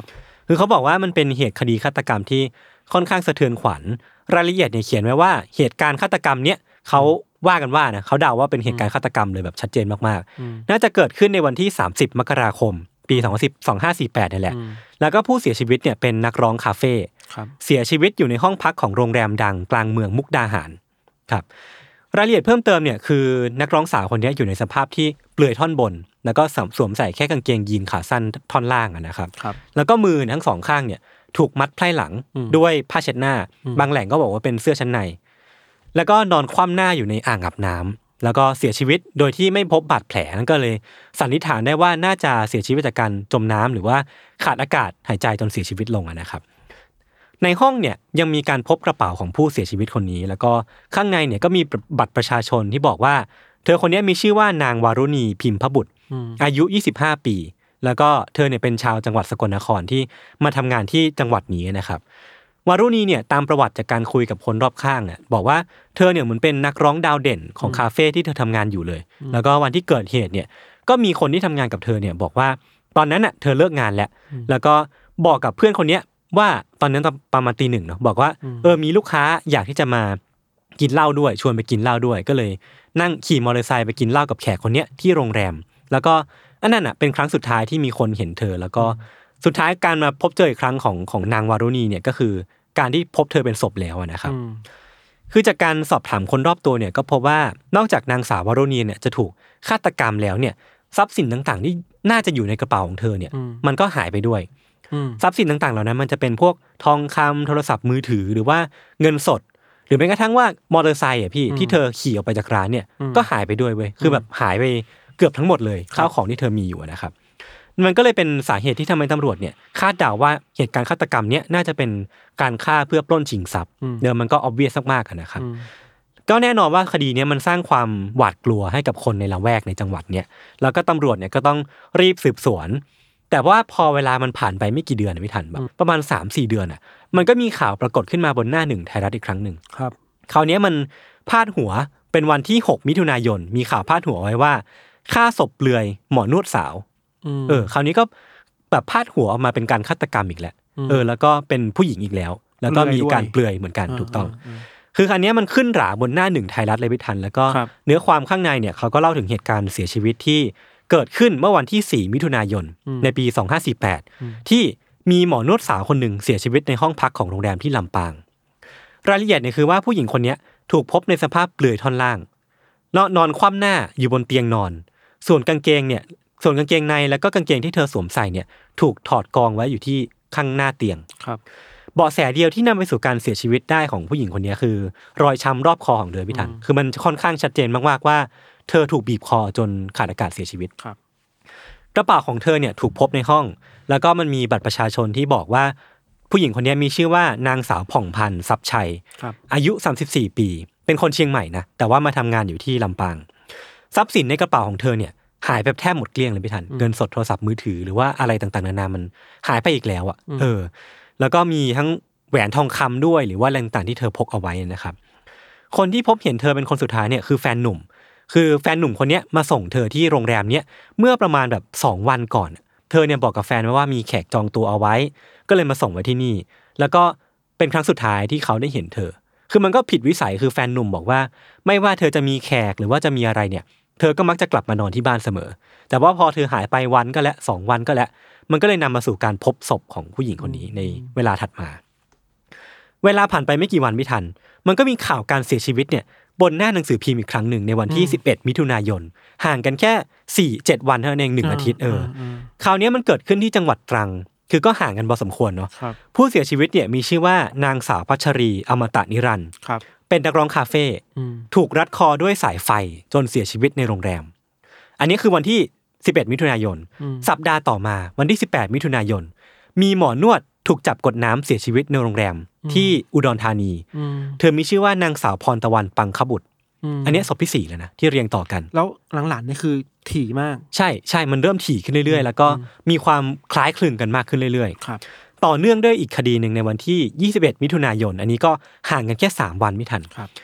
คือเขาบอกว่ามันเป็นเหตุคดีฆาตกรรมที่ค่อนข้างสะเทือนขวัญรายละเอียดเนี่ยเขียนไว้ว่าเหตุการณ์ฆาตกรรมเนี้ยเขาว่ากันว่านะเขาเดาว่าเป็นเหตุการณ์ฆาตกรรมเลยแบบชัดเจนมากๆน่าจะเกิดขึ้นในวันที่สามสิบมกราคมปีสองพันห้าร้อยสี่สิบแปดนี่แหละแล้วก็ผู้เสียชีวิตเนี่ยเป็นนักร้องคาเฟ่เสียชีวิตอยู่ในห้องพักของโรงแรมดังกลางเมืองมุกดาหารครับรายละเอียดเพิ่มเติมเนี่ยคือนักร้องสาวคนนี้อยู่ในสภาพที่เปลือยท่อนบนแล้วก็สวมใส่แค่กางเกงยีนขาสั้นท่อนล่างนะครับแล้วก็มือทั้งสองข้างเนี่ยถูกมัดไพร่หลังด้วยผ้าเช็ดหน้าบางแหล่งก็บอกว่าเป็นเสื้อชั้นในแล้วก็นอนคว่ำหน้าอยู่ในอ่างอาบน้ำแล้วก็เสียชีวิตโดยที่ไม่พบบาดแผลนั่นก็เลยสันนิษฐานได้ว่าน่าจะเสียชีวิตจากการจมน้ำหรือว่าขาดอากาศหายใจจนเสียชีวิตลงนะครับในห้องเนี่ยยังมีการพบกระเป๋าของผู้เสียชีวิตคนนี้แล้วก็ข้างในเนี่ยก็มีบัตรประชาชนที่บอกว่าเธอคนนี้มีชื่อว่านางวารุณีพิมพบุตรอายุยี่สิบห้าปีแล้วก็เธอเนี่ยเป็นชาวจังหวัดสกลนครที่มาทำงานที่จังหวัดนี้นะครับวารุณีเนี่ยตามประวัติจากการคุยกับคนรอบข้างเนี่ยบอกว่าเธอเนี่ยเหมือนเป็นนักร้องดาวเด่นของคาเฟ่ที่เธอทำงานอยู่เลยแล้วก็วันที่เกิดเหตุเนี่ยก็มีคนที่ทำงานกับเธอเนี่ยบอกว่าตอนนั้นน่ะเธอเลิกงานแล้วแล้วก็บอกกับเพื่อนคนนี้ว่าตอนนั้นประมาณตีหนึ่งเนาะบอกว่าเออมีลูกค้าอยากที่จะมากินเหล้าด้วยชวนไปกินเหล้าด้วยก็เลยนั่งขี่มอเตอร์ไซค์ไปกินเหล้ากับแขกคนนี้ที่โรงแรมแล้วก็อันนั้นน่ะเป็นครั้งสุดท้ายที่มีคนเห็นเธอแล้วก็สุดท้ายการมาพบเจออีกครั้งของของนางวารุณีเนี่ยก็คือการที่พบเธอเป็นศพแล้วนะครับคือจากการสอบถามคนรอบตัวเนี่ยก็พบว่านอกจากนางสาววารุณีเนี่ยจะถูกฆาตกรรมแล้วเนี่ยทรัพย์สินต่างๆที่น่าจะอยู่ในกระเป๋าของเธอเนี่ยมันก็หายไปด้วยทรัพย์สินต่างๆเหล่านั้นมันจะเป็นพวกทองคำโทรศัพท์มือถือหรือว่าเงินสดหรือแม้กระทั่งว่ามอเตอร์ไซค์อ่ะพี่ที่เธอขี่ออกไปจากร้านเนี่ยก็หายไปด้วยเว้ยคือแบบหายไปเกือบทั้งหมดเลยข้าวของที่เธอมีอยู่นะครับมันก็เลยเป็นสาเหตุที่ทำไมตำรวจเนี่ยคาดเดาว่าเหตุการณ์ฆาตกรรมเนี้ยน่าจะเป็นการฆ่าเพื่อปล้นชิงทรัพย์เดิมมันก็ obvious มากๆนะครับก็แน่นอนว่าคดีนี้มันสร้างความหวาดกลัวให้กับคนในละแวกในจังหวัดเนี้ยแล้วก็ตำรวจเนี่ยก็ต้องรีบสืบสวนแต่ว่าพอเวลามันผ่านไปไม่กี่เดือนไม่ทันแบบประมาณ สามสี่ เดือนอ่ะมันก็มีข่าวปรากฏขึ้นมาบนหน้าหนึ่งไทยรัฐอีกครั้งนึงครับคราวนี้มันพาดหัวเป็นวันที่หกมิถุนายนมีข่าวพาดหัวไว้ว่าฆ่าศพเปลือยหมอนวดสาวเออคราวนี้ก็แบบพาดหัวออกมาเป็นการฆาตกรรมอีกแล้วเออแล้วก็เป็นผู้หญิงอีกแล้วแล้วก็มีการเปลือยเหมือนกันถูกต้องคือคราวนี้มันขึ้นหราบนหน้าหนึ่งไทยรัฐเลยไม่ทันแล้วก็เนื้อความข้างในเนี่ยเขาก็เล่าถึงเหตุการณ์เสียชีวิตที่เกิดขึ้นเมื่อวันที่สี่มิถุนายนในปีสองพันห้าร้อยสี่สิบแปดที่มีหมอนวดสาวคนหนึ่งเสียชีวิตในห้องพักของโรงแรมที่ลำปางรายละเอียดเนี่ยคือว่าผู้หญิงคนนี้ถูกพบในสภาพเปลือยท่อนล่างนอนคว่ำหน้าอยู่บนเตียงนอนส่วนกางเกงเนี่ยส่วนกางเกงในแล้วก็กางเกงที่เธอสวมใส่เนี่ยถูกถอดกองไว้อยู่ที่ข้างหน้าเตียงครับเบาะแสเดียวที่นำไปสู่การเสียชีวิตได้ของผู้หญิงคนนี้คือรอยช้ำรอบคอของเธอพี่ทันคือมันค่อนข้างชัดเจนมากๆว่าเธอถูกบีบคอจนขาดอากาศเสียชีวิตครับกระเป๋าของเธอเนี่ยถูกพบในห้องแล้วก็มันมีบัตรประชาชนที่บอกว่าผู้หญิงคนนี้มีชื่อว่านางสาวผ่องพันธ์ทรัพย์ชัยอายุสามสิบสี่ปีเป็นคนเชียงใหม่นะแต่ว่ามาทำงานอยู่ที่ลำปางทรัพย์สินในกระเป๋าของเธอเนี่ยหายไปแทบหมดเกลี้ยงเลยพี่ทันเงินสดโทรศัพท์มือถือหรือว่าอะไรต่างๆนานามันหายไปอีกแล้วอ่ะเออแล้วก็มีทั้งแหวนทองคำด้วยหรือว่าอะไรต่างๆที่เธอพกเอาไว้นะครับคนที่พบเห็นเธอเป็นคนสุดท้ายเนี่ยคือแฟนหนุ่มคือแฟนหนุ่มคนนี้มาส่งเธอที่โรงแรมเนี้ยเมื่อประมาณแบบสองวันก่อนเธอเนี่ยบอกกับแฟนว่ามีแขกจองตัวเอาไว้ก็เลยมาส่งไว้ที่นี่แล้วก็เป็นครั้งสุดท้ายที่เขาได้เห็นเธอคือมันก็ผิดวิสัยคือแฟนหนุ่มบอกว่าไม่ว่าเธอจะมีแขกหรือว่าจะมีอะไรเนี่ยเธอก็มักจะกลับมานอนที่บ้านเสมอแต่ว่าพอเธอหายไปวันก็แล้วสองวันก็แล้วมันก็เลยนำมาสู่การพบศพของผู้หญิงคนนี้ในเวลาถัดมาเวลาผ่านไปไม่กี่วันไม่ทันมันก็มีข่าวการเสียชีวิตเนี่ยบนหน้าหนังสือพิมพ์อีกครั้งหนึ่งในวันที่สิบเอ็ดมิถุนายนห่างกันแค่ สี่เจ็ด วันเท่านั้นเองหนึ่งอาทิตย์เออคราวนี้มันเกิดขึ้นที่จังหวัดตรังคือก็ห่างกันพอสมควรเนาะผู้เสียชีวิตเนี่ยมีชื่อว่านางสาวพัชรีอมตะนิรันดร์เป็นนักร้องคาเฟ่ถูกรัดคอด้วยสายไฟจนเสียชีวิตในโรงแรมอันนี้คือวันที่สิบเอ็ดมิถุนายนสัปดาห์ต่อมาวันที่สิบแปดมิถุนายนมีหมอนวดถูกจับกดน้ำเสียชีวิตในโรงแรมที่อุดรธานีเธอมีชื่อว่านางสาวพรตะวันปังขบุตรอันนี้ศพที่สี่แล้วนะที่เรียงต่อกันแล้วหลังๆนี่คือถี่มากใช่ใช่มันเริ่มถี่ขึ้นเรื่อยๆแล้วก็มีความคล้ายคลึงกันมากขึ้นเรื่อยๆครับต่อเนื่องด้วยอีกคดีนึงในวันที่ยี่สิบเอ็ดมิถุนายนอันนี้ก็ห่างกันแค่สามวันไม่ทันครับ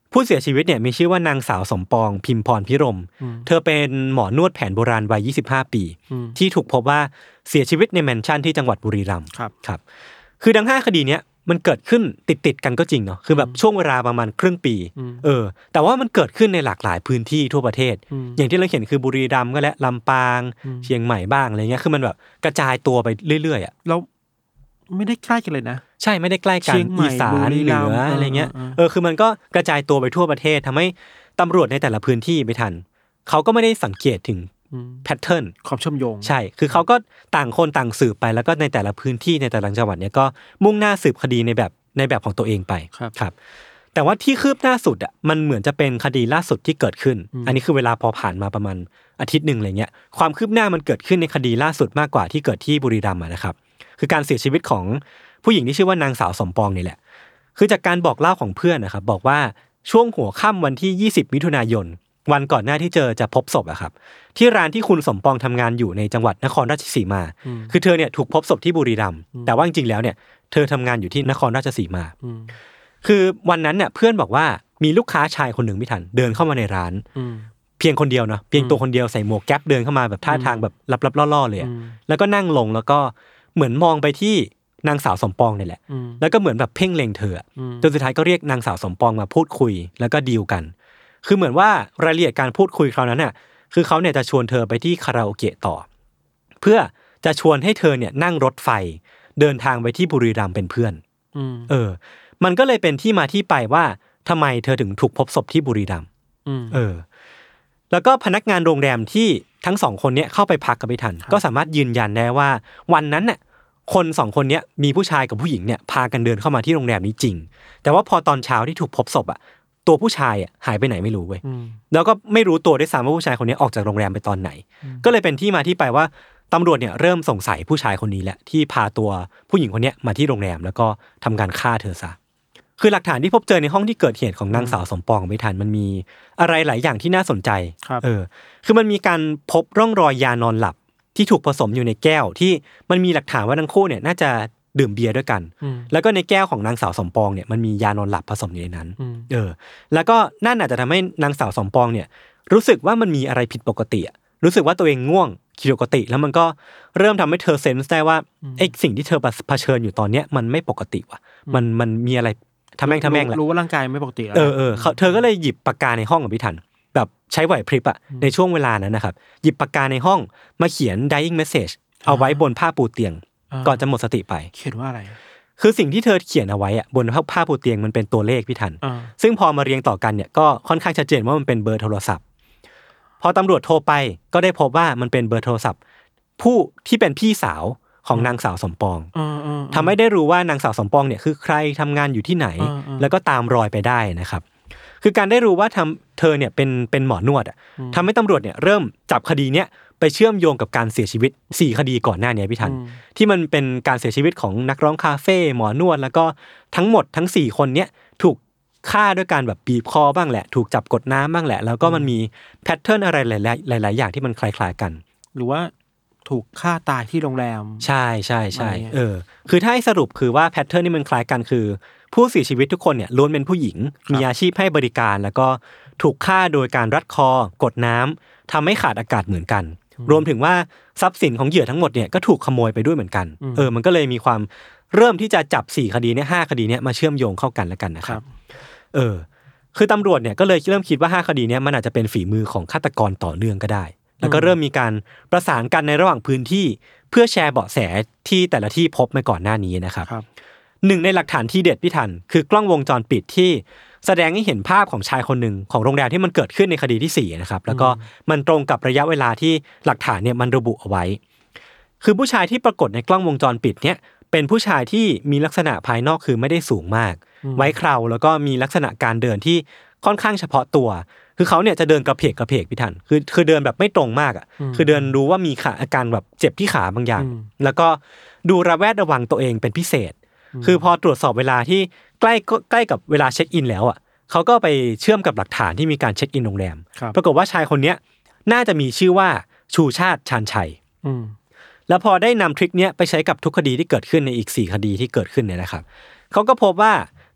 ผู้เสียชีวิตเนี่ยมีชื่อว่านางสาวสมปองพิมพรพิรมเธอเป็นหมอนวดแผนโบราณวัยยี่สิบห้าปีที่ถูกพบว่าเสียชีวิตในแมนชั่นที่จังหวัดบุรีรัมย์ครับครับคือทั้งห้าคดีเนี้ยมันเกิดขึ้นติดๆกันก็จริงเนาะคือแบบช่วงเวลาประมาณครึ่งปีเออแต่ว่ามันเกิดขึ้นในหลากหลายพื้นที่ทั่วประเทศอย่างที่เราเห็นคือบุรีรัมย์ก็และลำปางเชียงใหม่บ้างอะไรเงี้ยคือมันแบบกระจายตัวไปเรื่อยๆอ่ะแล้วไม่ได้ใกล้กันเลยนะใช่ไม่ได้ใกล้กันอีสานเหนืออะไรเงี้ยเออคือมันก็กระจายตัวไปทั่วประเทศทำให้ตำรวจในแต่ละพื้นที่ไม่ทันเขาก็ไม่ได้สังเกตถึงแพทเทิร์นความเชื่อมโยงใช่คือเขาก็ต่างคนต่างสืบไปแล้วก็ในแต่ละพื้นที่ในแต่ละจังหวัดเนี้ยก็มุ่งหน้าสืบคดีในแบบในแบบของตัวเองไปครับแต่ว่าที่คืบหน้าสุดอ่ะมันเหมือนจะเป็นคดีล่าสุดที่เกิดขึ้นอันนี้คือเวลาพอผ่านมาประมาณอาทิตย์นึงอะไรเงี้ยความคืบหน้ามันเกิดขึ้นในคดีล่าสุดมากกว่าที่เกิดที่บุรีรัมย์นะครับคือการเสียชีวิตของผู้หญิงที่ชื่อว่านางสาวสมปองนี่แหละคือจากการบอกเล่าของเพื่อนนะครับบอกว่าช่วงหัวค่ำวันที่ยี่สิบมิถุนายนวันก่อนหน้าที่เจอจะพบศพอะครับที่ร้านที่คุณสมปองทำงานอยู่ในจังหวัดนครราชสีมาคือเธอเนี่ยถูกพบศพที่บุรีรัมย์แต่ว่าจริงๆแล้วเนี่ยเธอทำงานอยู่ที่นครราชสีมาคือวันนั้นเนี่ยเพื่อนบอกว่ามีลูกค้าชายคนหนึ่งไม่ทันเดินเข้ามาในร้านเพียงคนเดียวเนาะเพียงตัวคนเดียวใส่หมวกแก๊ปเดินเข้ามาแบบท่าทางแบบลับๆล่อๆเลยแล้วก็นั่งลงแล้วก็เหมือนมองไปที่นางสาวสมปองนี่แหละแล้วก็เหมือนแบบเพ่งเล็งเธอจนสุดท้ายก็เรียกนางสาวสมปองมาพูดคุยแล้วก็ดีลกันคือเหมือนว่ารายละเอียดการพูดคุยคราวนั้นน่ะคือเขาเนี่ยจะชวนเธอไปที่คาราโอเกะต่อเพื่อจะชวนให้เธอเนี่ยนั่งรถไฟเดินทางไปที่บุรีรัมย์เป็นเพื่อนเออมันก็เลยเป็นที่มาที่ไปว่าทำไมเธอถึงถูกพบศพที่บุรีรัมย์เออแล้วก็พนักงานโรงแรมที่ทั้งสองคนเนี้ยเข้าไปพักกันไม่ทันก็สามารถยืนยันได้ว่าวันนั้นน่ะคนสองคนเนี้ยมีผู้ชายกับผู้หญิงเนี่ยพากันเดินเข้ามาที่โรงแรมนี้จริงแต่ว่าพอตอนเช้าที่ถูกพบศพอ่ะตัวผู้ชายอ่ะหายไปไหนไม่รู้เว้ยแล้วก็ไม่รู้ตัวด้วยซ้ำว่าผู้ชายคนนี้ออกจากโรงแรมไปตอนไหนก็เลยเป็นที่มาที่ไปว่าตำรวจเนี่ยเริ่มสงสัยผู้ชายคนนี้แหละที่พาตัวผู้หญิงคนนี้มาที่โรงแรมแล้วก็ทำการฆ่าเธอซะคือหลักฐานที่พบเจอในห้องที่เกิดเหตุของนางสาวสมปองไม่ทันมันมีอะไรหลายอย่างที่น่าสนใจเออคือมันมีการพบร่องรอยยานอนหลับที่ถูกผสมอยู่ในแก้วที่มันมีหลักฐานว่าทั้งคู่เนี่ยน่าจะดื่มเบียร์ด้วยกันแล้วก็ในแก้วของนางสาวสมปองเนี่ยมันมียานอนหลับผสมอยู่ในนั้นเออแล้วก็นั่นอาจจะทำให้นางสาวสมปองเนี่ยรู้สึกว่ามันมีอะไรผิดปกติอ่ะรู้สึกว่าตัวเองง่วงผิดปกติแล้วมันก็เริ่มทำให้เธอเซนส์ได้ว่าไอ้สิ่งที่เธอเผชิญอยู่ตอนเนี้ยมันไม่ปกติว่ะมันมันมีอะไรทำแม่งทำแม่งแหละรู้ว่าร่างกายไม่ปกติเออเออเธอก็เลยหยิบปากกาในห้องกับพี่ทันแบบใช้ไหวพริบอ่ะในช่วงเวลานั้นนะครับหยิบปากกาในห้องมาเขียน dying message เอาไว้บนผ้าปูเตียงก่อนจะหมดสติไปเขียนว่าอะไรคือสิ่งที่เธอเขียนเอาไว้อะบนผ้าปูเตียงมันเป็นตัวเลขพี่ทันซึ่งพอมาเรียงต่อกันเนี่ยก็ค่อนข้างชัดเจนว่ามันเป็นเบอร์โทรศัพท์พอตำรวจโทรไปก็ได้พบว่ามันเป็นเบอร์โทรศัพท์ผู้ที่เป็นพี่สาวของนางสาวสมปองทำให้ได้รู้ว่านางสาวสมปองเนี่ยคือใครทำงานอยู่ที่ไหนแล้วก็ตามรอยไปได้นะครับคือการได้รู้ว่าทำเธอเนี่ยเป็นเป็นหมอนวดอ่ะทำให้ตำรวจเนี่ยเริ่มจับคดีเนี้ยไปเชื่อมโยงกับการเสียชีวิตสี่คดีก่อนหน้านี้พี่ทันที่มันเป็นการเสียชีวิตของนักร้องคาเฟ่หมอนวดแล้วก็ทั้งหมดทั้งสี่คนเนี้ยถูกฆ่าด้วยการแบบบีบคอบ้างแหละถูกจับกดน้ำบ้างแหละแล้วก็มันมีแพทเทิร์นอะไรหลายๆหลายๆอย่างที่มันคล้ายๆกันหรือว่าถูกฆ่าตายที่โรงแรมใช่ใช่ใช่เออคือถ้าให้สรุปคือว่าแพทเทิร์นนี่มันคล้ายกันคือผู้เสียชีวิตทุกคนเนี่ยล้วนเป็นผู้หญิงมีอาชีพให้บริการแล้วก็ถูกฆ่าโดยการรัดคอกดน้ำทำให้ขาดอากาศเหมือนกันรวมถึงว่าทรัพย์สินของเหยื่อทั้งหมดเนี่ยก็ถูกขโมยไปด้วยเหมือนกันเออมันก็เลยมีความเริ่มที่จะจับสี่คดีเนี่ยห้าคดีเนี่ยมาเชื่อมโยงเข้ากันแล้วกันนะครับเออคือตำรวจเนี่ยก็เลยเริ่มคิดว่าห้าคดีเนี่ยมันอาจจะเป็นฝีมือของฆาตกรต่อเนื่องก็ได้แล้วก็เริ่มมีการประสานกันในระหว่างพื้นที่เพื่อแชร์เบาะแสที่แต่ละที่พบมาก่อนหน้านี้นะครับหนึ่งในหลักฐานที่เด็ดพี่ทันคือกล้องวงจรปิดที่แสดงให้เห็นภาพของชายคนหนึ่งของโรงแรมที่มันเกิดขึ้นในคดีที่สี่นะครับแล้วก็มันตรงกับระยะเวลาที่หลักฐานเนี่ยมันระบุเอาไว้คือผู้ชายที่ปรากฏในกล้องวงจรปิดเนี่ยเป็นผู้ชายที่มีลักษณะภายนอกคือไม่ได้สูงมากไว้เคราแล้วก็มีลักษณะการเดินที่ค่อนข้างเฉพาะตัวคือเขาเนี่ยจะเดินกระเพกกระเพกพี่ทันคือคือเดินแบบไม่ตรงมากอ่ะคือเดินรู้ว่ามีขาอาการแบบเจ็บที่ขาบางอย่างแล้วก็ดูระแวดระวังตัวเองเป็นพิเศษคือพอตรวจสอบเวลาที่ใกล้ใกล้กับเวลาเช็คอินแล้วอ่ะเขาก็ไปเชื่อมกับหลักฐานที่มีการเช็คอินโรงแรมปรากฏว่าชายคนนี้น่าจะมีชื่อว่าชูชาติชาญชัยแล้วพอได้นำทริคเนี้ยไปใช้กับทุกคดีที่เกิดขึ้นในอีกสี่คดีที่เกิดขึ้นเนี่ยนะครับเขาก็พบว่า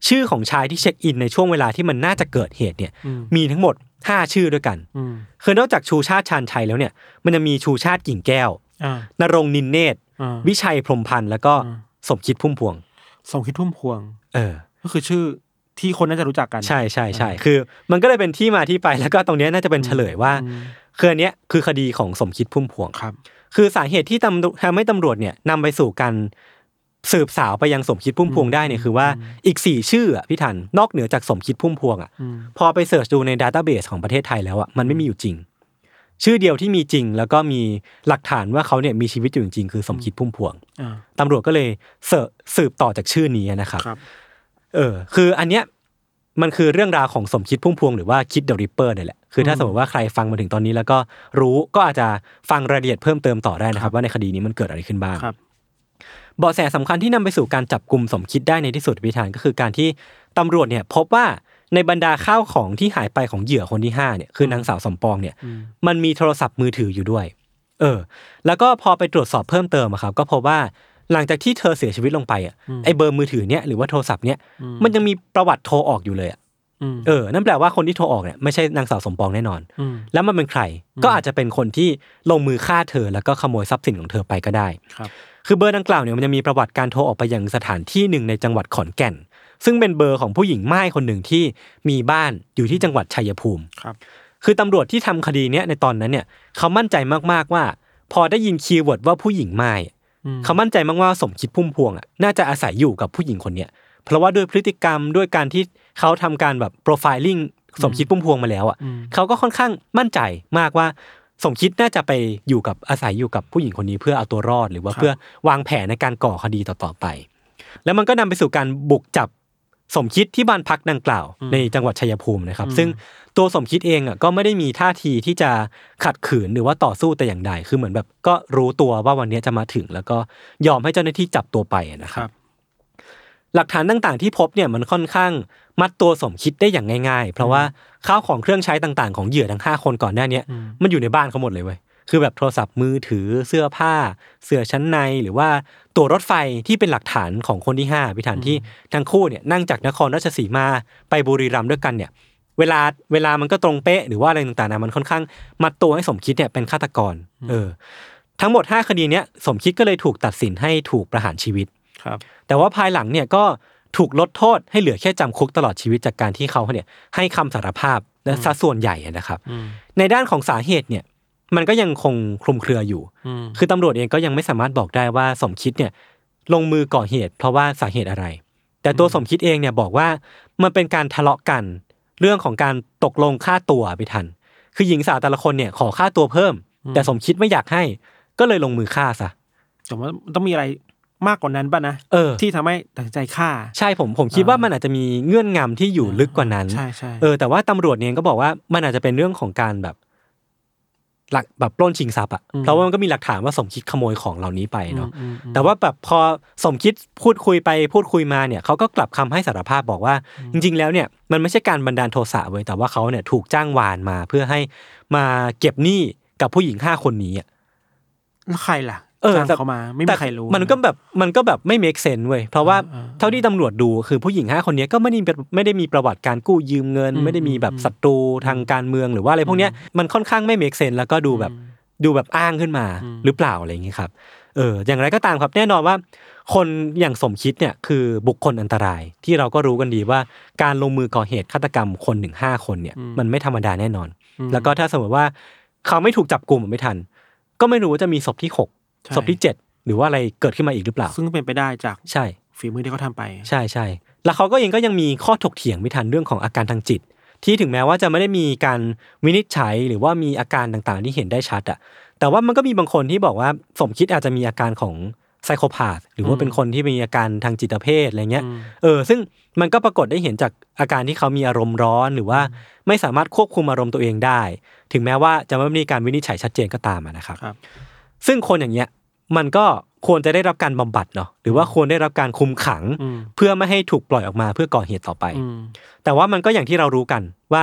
ชื่อของชายที่เช็คอินในช่วงเวลาที่มันน่าจะเกิดเหตุเนี่ยมีทั้งหมดห้าชื่อด้วยกันคือนอกจากชูชาติชาญชัยแล้วเนี่ยมันจะมีชูชาติกิ่งแก้วนรงค์นินเนตรวิชัยพรหมพันธ์แล้วก็สมคิดพุ่มพวงสมคิดพุ่มพวงเออก็คือชื่อที่คนน่าจะรู้จักกันใช่ใช่ใช่คือมันก็เลยเป็นที่มาที่ไปแล้วก็ตรงนี้น่าจะเป็นเฉลยว่าคืออันเนี้ยคือคดีของสมคิดพุ่มพวงครับคือสาเหตุที่ทำให้ตำรวจเนี่ยนำไปสู่การสืบสาวไปยังสมคิดพุ่มพวงได้เนี่ยคือว่าอีกสี่ชื่ออ่ะพี่ทันนอกเหนือจากสมคิดพุ่มพวงอ่ะพอไปเสิร์ชดูในดัตต้าเบสของประเทศไทยแล้วอ่ะมันไม่มีอยู่จริงชื่อเดียวที่มีจริงแล้วก็มีหลักฐานว่าเขาเนี่ยมีชีวิตอยู่จริงคือสมคิดพุ่มพวงตำรวจก็เลยสืบต่อจากชื่อนี้นะครับเออคืออันเนี้ยมันคือเรื่องราวของสมคิดพุ่มพวงหรือว่าคิดเดอะริปเปอร์นี่แหละคือถ้าสมมติว่าใครฟังมาถึงตอนนี้แล้วก็รู้ก็อาจจะฟังรายละเอียดเพิ่มเติมต่อได้นะครับว่าในคดีนี้มันเกิดอะไรขึ้นบ้างเบาะแสสำคัญที่นำไปสู่การจับกุมสมคิดได้ในที่สุดพิธานก็คือการที่ตำรวจเนี่ยพบว่าในบรรดาข้าวของที่หายไปของเหยื่อคนที่ห้าเนี่ยคือนางสาวสมปองเนี่ยมันมีโทรศัพท์มือถืออยู่ด้วยเออแล้วก็พอไปตรวจสอบเพิ่มเติมอะครับก็พบว่าหลังจากที่เธอเสียชีวิตลงไปอ่ะไอ้เบอร์มือถือเนี่ยหรือว่าโทรศัพท์เนี่ยมันยังมีประวัติโทรออกอยู่เลยอ่ะเออนั่นแปลว่าคนที่โทรออกเนี่ยไม่ใช่นางสาวสมปองแน่นอนแล้วมันเป็นใครก็อาจจะเป็นคนที่ลงมือฆ่าเธอแล้วก็ขโมยทรัพย์สินของเธอไปก็ได้ครับคือเบอร์ดังกล่าวเนี่ยมันจะมีประวัติการโทรออกไปยังสถานที่หนึ่งในจังหวัดขอนแก่นซึ่งเป็นเบอร์ของผู้หญิงม่ายคนหนึ่งที่มีบ้านอยู่ที่จังหวัดชัยภูมิครับคือตำรวจที่ทำคดีเนี้ยในตอนนั้นเนี่ยเขามั่นใจมากๆว่าพอได้ยินคีย์เวิร์ดว่าผู้หญิงม่ายเขามั่นใจมากว่าสมคิดพุ่มพวงอ่ะน่าจะอาศัยอยู่กับผู้หญิงคนเนี้ยเพราะว่าด้วยพฤติกรรมด้วยการที่เขาทำการแบบโปรไฟลิ่งสมคิดพุ่มพวงมาแล้วอ่ะเขาก็ค่อนข้างมั่นใจมากว่าสมคิดน่าจะไปอยู่กับอาศัยอยู่กับผู้หญิงคนนี้เพื่อเอาตัวรอดหรือว่าเพื่อวางแผนในการก่อคดีต่อๆไปแล้วมันก็นำไปสู่การบุกจับสมคิดที่บ้านพักดังกล่าวในจังหวัดชัยภูมินะครับซึ่งตัวสมคิดเองอ่ะก็ไม่ได้มีท่าทีที่จะขัดขืนหรือว่าต่อสู้แต่อย่างใดคือเหมือนแบบก็รู้ตัวว่าวันนี้จะมาถึงแล้วก็ยอมให้เจ้าหน้าที่จับตัวไปนะครับหลักฐานต่างๆที่พบเนี่ยมันค่อนข้างมัดตัวสมคิดได้อย่างง่ายๆเพราะว่าข้าวของเครื่องใช้ต่างๆของเหยื่อทั้งห้าคนก่อนหน้านี้มันอยู่ในบ้านเขาหมดเลยเว้ยคือแบบโทรศัพท์มือถือเสื้อผ้าเสื้อชั้นในหรือว่าตั๋วรถไฟที่เป็นหลักฐานของคนที่ห้าพิธานที่ทั้งคู่เนี่ยนั่งจากนครราชสีมาไปบุรีรัมย์ด้วยกันเนี่ยเวลาเวลามันก็ตรงเป๊ะหรือว่าอะไรต่างๆนะมันค่อนข้างมัดตัวให้สมคิดเนี่ยเป็นฆาตกรเออทั้งหมดห้าคดีเนี้ยสมคิดก็เลยถูกตัดสินให้ถูกประหารชีวิตครับแต่ว่าภายหลังเนี่ยก็ถูกลดโทษให้เหลือแค่จำคุกตลอดชีวิตจากการที่เขาเนี่ยให้คำสารภาพและซะส่วนใหญ่นะครับในด้านของสาเหตุเนี่ยมันก็ยังคงคลุมเครืออยู่คือตำรวจเองก็ยังไม่สามารถบอกได้ว่าสมคิดเนี่ยลงมือก่อเหตุเพราะว่าสาเหตุอะไรแต่ตัวสมคิดเองเนี่ยบอกว่ามันเป็นการทะเลาะกันเรื่องของการตกลงค่าตัวไปทันคือหญิงสาวแต่ละคนเนี่ยขอค่าตัวเพิ่มแต่สมคิดไม่อยากให้ก็เลยลงมือฆ่าซะแต่ว่าต้องมีอะไรมากกว่านั้นป่ะนะเออที่ทำให้ตัดสินใจฆ่าใช่ผมผมคิดว่ามันอาจจะมีเงื่อนงำที่อยู่ลึกกว่านั้นใช่ใช่เออแต่ว่าตำรวจเองก็บอกว่ามันอาจจะเป็นเรื่องของการแบบหลักแบบปล้นชิงทรัพย์อ่ะเพราะว่ามันก็มีหลักฐานว่าสมคิดขโมยของเหล่านี้ไปเนาะแต่ว่าแบบพอสมคิดพูดคุยไปพูดคุยมาเนี่ยเขาก็กลับคำให้สารภาพบอกว่าจริงๆแล้วเนี่ยมันไม่ใช่การบันดาลโทสะเว้ยแต่ว่าเขาเนี่ยถูกจ้างวานมาเพื่อให้มาเก็บหนี้กับผู้หญิงห้าคนนี้อ่ะแล้วใครล่ะเออแต่เขามาไม่มีใครรู้มันก็แบบมันก็แบบไม่เมคเซนส์เว้ยเพราะว่าเท่าที่ตำรวจดูคือผู้หญิงห้าคนนี้ก็ไม่ได้ไม่ได้มีประวัติการกู้ยืมเงินไม่ได้มีแบบศัตรูทางการเมืองหรือว่าอะไรพวกเนี้ยมันค่อนข้างไม่เมคเซนส์แล้วก็ดูแบบดูแบบอ้างขึ้นมาหรือเปล่าอะไรอย่างงี้ครับเอออย่างไรก็ตามครับแน่นอนว่าคนอย่างสมคิดเนี่ยคือบุคคลอันตรายที่เราก็รู้กันดีว่าการลงมือก่อเหตุฆาตกรรมคนถึงห้าคนเนี่ยมันไม่ธรรมดาแน่นอนแล้วก็ถ้าสมมติว่าเขาไม่ถูกจับกุมไม่ทันก็ไม่รู้ว่าจะมีศพที่หกศพที่เจ็ดหรือว่าอะไรเกิดขึ้นมาอีกหรือเปล่าซึ่งเป็นไปได้จากใช่ฝีมือที่เขาทำไปใช่ใช่แล้วเขาก็เองก็ยังมีข้อถกเถียงไม่ทันเรื่องของอาการทางจิตที่ถึงแม้ว่าจะไม่ได้มีการวินิจฉัยหรือว่ามีอาการต่างๆที่เห็นได้ชัดอ่ะแต่ว่ามันก็มีบางคนที่บอกว่าสมคิดอาจจะมีอาการของไซโคพาธหรือว่าเป็นคนที่มีอาการทางจิตเภทอะไรเงี้ยเออซึ่งมันก็ปรากฏได้เห็นจากอาการที่เขามีอารมณ์ร้อนหรือว่าไม่สามารถควบคุมอารมณ์ตัวเองได้ถึงแม้ว่าจะไม่มีการวินิจฉัยชัดเจนก็ตามนะครับซึ่งคนอย่างเงี้ยมันก็ควรจะได้รับการบำบัดเนาะหรือว่าควรได้รับการคุมขังเพื่อไม่ให้ถูกปล่อยออกมาเพื่อก่อเหตุต่อไปแต่ว่ามันก็อย่างที่เรารู้กันว่า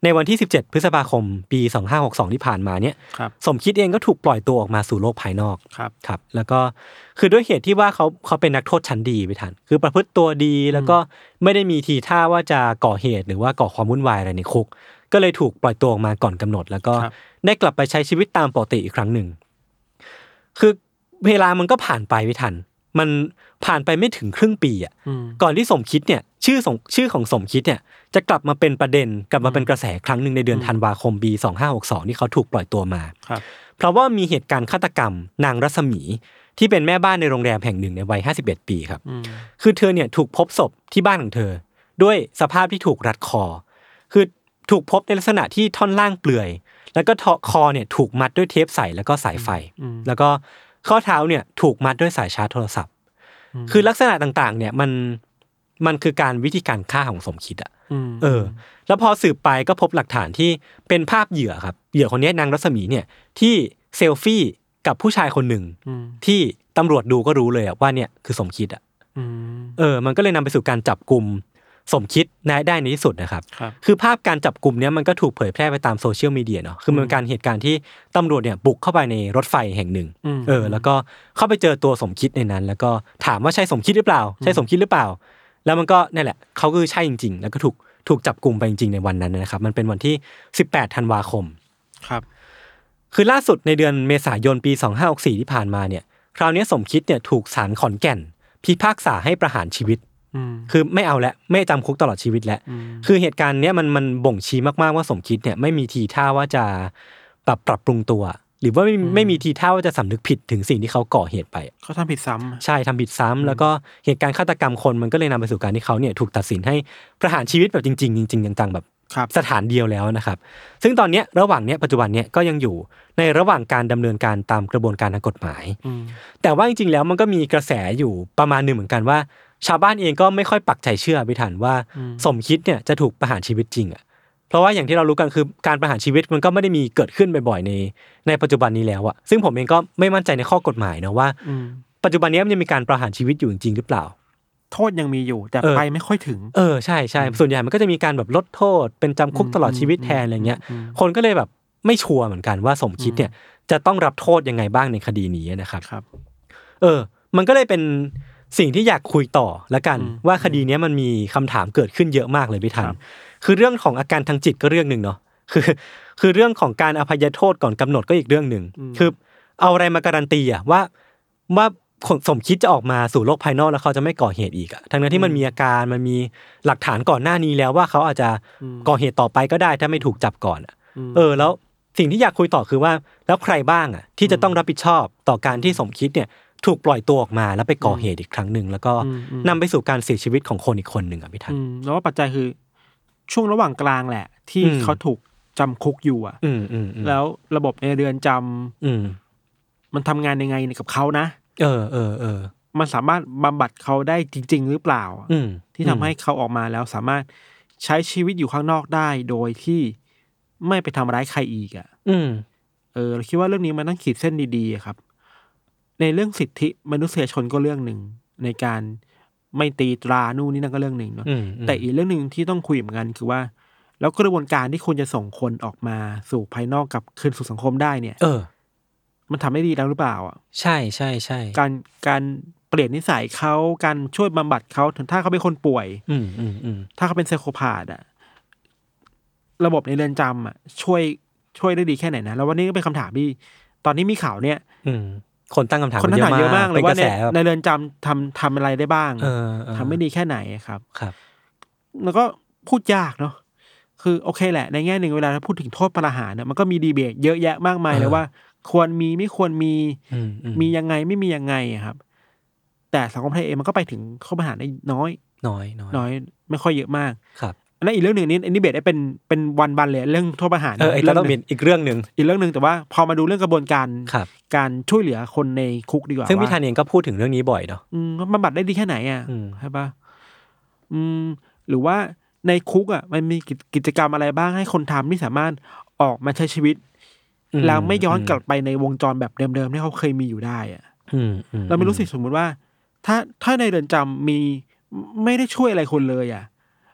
ในวันที่สิบเจ็ดพฤษภาคมปีสองพันห้าร้อยหกสิบสองที่ผ่านมาเนี่ยสมคิดเองก็ถูกปล่อยตัวออกมาสู่โลกภายนอกครับครับแล้วก็คือด้วยเหตุที่ว่าเขาเขาเป็นนักโทษชั้นดีไปทันคือประพฤติตัวดีแล้วก็ไม่ได้มีทีท่าว่าจะก่อเหตุหรือว่าก่อความวุ่นวายอะไรในคุกก็เลยถูกปล่อยตัวออกมาก่อนกำหนดแล้วก็ได้กลับไปใช้ชีวิตตามปกติอีกครั้งหนึ่งคือเวลามันก็ผ่านไปไม่ทันมันผ่านไปไม่ถึงครึ่งปีอ่ะก่อนที่สมคิดเนี่ยชื่อชื่อของสมคิดเนี่ยจะกลับมาเป็นประเด็นกลับมาเป็นกระแสครั้งหนึ่งในเดือนธันวาคมปีสองพันห้าร้อยหกสิบสองที่เขาถูกปล่อยตัวมาเพราะว่ามีเหตุการณ์ฆาตกรรมนางรัศมีที่เป็นแม่บ้านในโรงแรมแห่งหนึ่งในวัยห้าสิบเอ็ดปีครับคือเธอเนี่ยถูกพบศพที่บ้านของเธอด้วยสภาพที่ถูกรัดคอคือถูกพบในลักษณะที่ท่อนล่างเปลือยแล้วก็คอเนี่ยถูกมัดด้วยเทปใสแล้วก็สายไฟแล้วก็ข้อเท้าเนี่ยถูกมัดด้วยสายชาร์จโทรศัพท์คือลักษณะต่างๆเนี่ยมันมันคือการวิธีการฆ่าของสมคิดอ่ะเออแล้วพอสืบไปก็พบหลักฐานที่เป็นภาพเหยื่อครับเหยื่อคนนี้นางรัศมีเนี่ยที่เซลฟี่กับผู้ชายคนหนึ่งที่ตำรวจดูก็รู้เลยว่าเนี่ยคือสมคิดอ่ะเออมันก็เลยนำไปสู่การจับกุมสมคิดได้ในที่สุดนะครับคือภาพการจับกุมเนี้ยมันก็ถูกเผยแพร่ไปตามโซเชียลมีเดียเนาะคือมันเป็นการเหตุการณ์ที่ตำรวจเนี่ยบุกเข้าไปในรถไฟแห่งหนึ่งเออแล้วก็เข้าไปเจอตัวสมคิดในนั้นแล้วก็ถามว่าใช่สมคิดหรือเปล่าใช่สมคิดหรือเปล่าแล้วมันก็นั่นแหละเขาคือใช่จริงๆแล้วก็ถูกถูกจับกุมไปจริงๆในวันนั้นนะครับมันเป็นวันที่สิบแปดธันวาคมครับคือล่าสุดในเดือนเมษายนปีสองพันห้าร้อยหกสิบสี่ที่ผ่านมาเนี่ยคราวนี้สมคิดเนี่ยถูกศาลขอนแก่นพิพากษาให้ประหารชีวิตคือไม่เอาแล้วไม่จำคุกตลอดชีวิตแล้วคือเหตุการณ์เนี้ยมันมันบ่งชี้มากๆว่าสมคิดเนี่ยไม่มีทีท่าว่าจะปรับปรับปรุงตัวหรือว่าไม่ไม่มีทีท่าว่าจะสำนึกผิดถึงสิ่งที่เขาก่อเหตุไปเขาทำผิดซ้ำใช่ทำผิดซ้ำแล้วก็เหตุการณ์ฆาตกรรมคนมันก็เลยนำไปสู่การที่เขาเนี่ยถูกตัดสินให้ประหารชีวิตแบบจริงๆจริงๆจังๆแบบสถานเดียวแล้วนะครับซึ่งตอนนี้ระหว่างเนี้ยปัจจุบันเนี้ยก็ยังอยู่ในระหว่างการดำเนินการตามกระบวนการทางกฎหมายแต่ว่าจริงๆแล้วมันก็มีกระแสอยู่ประมาณนึงเหมือนกันว่าชาวบ้านเองก็ไม่ค่อยปักใจเชื่อพิถันว่าสมคิดเนี่ยจะถูกประหารชีวิตจริงอ่ะเพราะว่าอย่างที่เรารู้กันคือการประหารชีวิตมันก็ไม่ได้มีเกิดขึ้นบ่อยๆในในปัจจุบันนี้แล้วอ่ะซึ่งผมเองก็ไม่มั่นใจในข้อกฎหมายนะว่าปัจจุบันนี้มันยังมีการประหารชีวิตอยู่จริงหรือเปล่าโทษยังมีอยู่แต่ไปไม่ค่อยถึงเออใช่ใช่ส่วนใหญ่มันก็จะมีการแบบลดโทษเป็นจำคุกตลอดชีวิตแทนอะไรเงี้ยคนก็เลยแบบไม่ชัวร์เหมือนกันว่าสมคิดเนี่ยจะต้องรับโทษยังไงบ้างในคดีนี้นะครับเออมันก็เลยเป็นสิ่งที่อยากคุยต่อแล้วกันว่าคดีนี้มันมีคำถามเกิดขึ้นเยอะมากเลยพี่ทันคือเรื่องของอาการทางจิตก็เรื่องนึงเนาะคือคือเรื่องของการอภัยโทษก่อนกำหนดก็อีกเรื่องนึงคือเอาอะไรมาการันตีอะว่าว่าสมคิดจะออกมาสู่โลกภายนอกแล้วเขาจะไม่ก่อเหตุอีกอะทั้งนั้นที่มันมีอาการมันมีหลักฐานก่อนหน้านี้แล้วว่าเขาอาจจะก่อเหตุต่อไปก็ได้ถ้าไม่ถูกจับก่อนอะเออแล้วสิ่งที่อยากคุยต่อคือว่าแล้วใครบ้างอะที่จะต้องรับผิดชอบต่อการที่สมคิดเนี่ยถูกปล่อยตัวออกมาแล้วไปก่อเหตุอีกครั้งหนึ่งแล้วก็นำไปสู่การเสียชีวิตของคนอีกคนหนึ่งอ่ะพี่ทันแล้วว่าปัจจัยคือช่วงระหว่างกลางแหละที่เขาถูกจำคุกอยู่อ่ะแล้วระบบในเรือนจำมันทำงานยังไงกับเขานะเออเออเออมันสามารถบำบัดเขาได้จริงๆหรือเปล่าที่ทำให้เขาออกมาแล้วสามารถใช้ชีวิตอยู่ข้างนอกได้โดยที่ไม่ไปทำร้ายใครอีกอ่ะเออเราคิดว่าเรื่องนี้มันต้องขีดเส้นดีๆครับในเรื่องสิทธิมนุษยชนก็เรื่องหนึ่งในการไม่ตีตรานู่นนี่นั่นก็เรื่องหนึ่งเนาะแต่อีกเรื่องนึงที่ต้องคุยเหมือนกันคือว่าแล้วกระบวนการที่คุณจะส่งคนออกมาสู่ภายนอกกับคืนสู่สังคมได้เนี่ยเออมันทำได้ดีแล้วหรือเปล่าอ่ะใช่ใช่ใช่การการเปลี่ยนนิสัยเขาการช่วยบำบัดเขาถึงถ้าเขาเป็นคนป่วยอืมอืมอืมถ้าเขาเป็นไซโคพาธอ่ะระบบในเรือนจำอ่ะช่วยช่วยได้ดีแค่ไหนนะแล้ววันนี้ก็เป็นคำถามที่ตอนนี้มีข่าวเนี่ยคนตั้งคำถามคนตั้งคำถามเยอะมากเลยว่าในเรือนจำทำทำอะไรได้บ้างทำไม่ดีแค่ไหนครับครับแล้วก็พูดยากเนาะคือโอเคแหละในแง่หนึ่งเวลาพูดถึงโทษประหารเนี่ยมันก็มีดีเบตเยอะแยะมากมายเลยว่าควรมีไม่ควรมีมียังไงไม่มียังไงครับแต่สังคมไทยเองมันก็ไปถึงโทษประหารได้น้อยน้อยน้อยน้อยไม่ค่อยเยอะมากครับแล้วอีกเรื่องหนึ่งนี้อันนี้เบตได้เป็นเป็นวันบันเลยเรื่องโทษประหารเอออีกเรื่องนึงอีกเรื่องนึงอีกเรื่องนึงแต่ว่าพอมาดูเรื่องกระบวนการการช่วยเหลือคนในคุกดีกว่าซึ่งพี่ธานเองก็พูดถึงเรื่องนี้บ่อยเนาะอืมบำบัดได้ดีแค่ไหนอ่ะใช่ป่ะอืมหรือว่าในคุกอ่ะมันมีกิจกรรมอะไรบ้างให้คนทำที่สามารถออกมาใช้ชีวิตแล้วไม่ย้อนกลับไปในวงจรแบบเดิมๆที่เขาเคยมีอยู่ได้อ่ะเราไม่รู้สิสมมติว่าถ้าถ้าในเรือนจำมีไม่ได้ช่วยอะไรคนเลยอ่ะ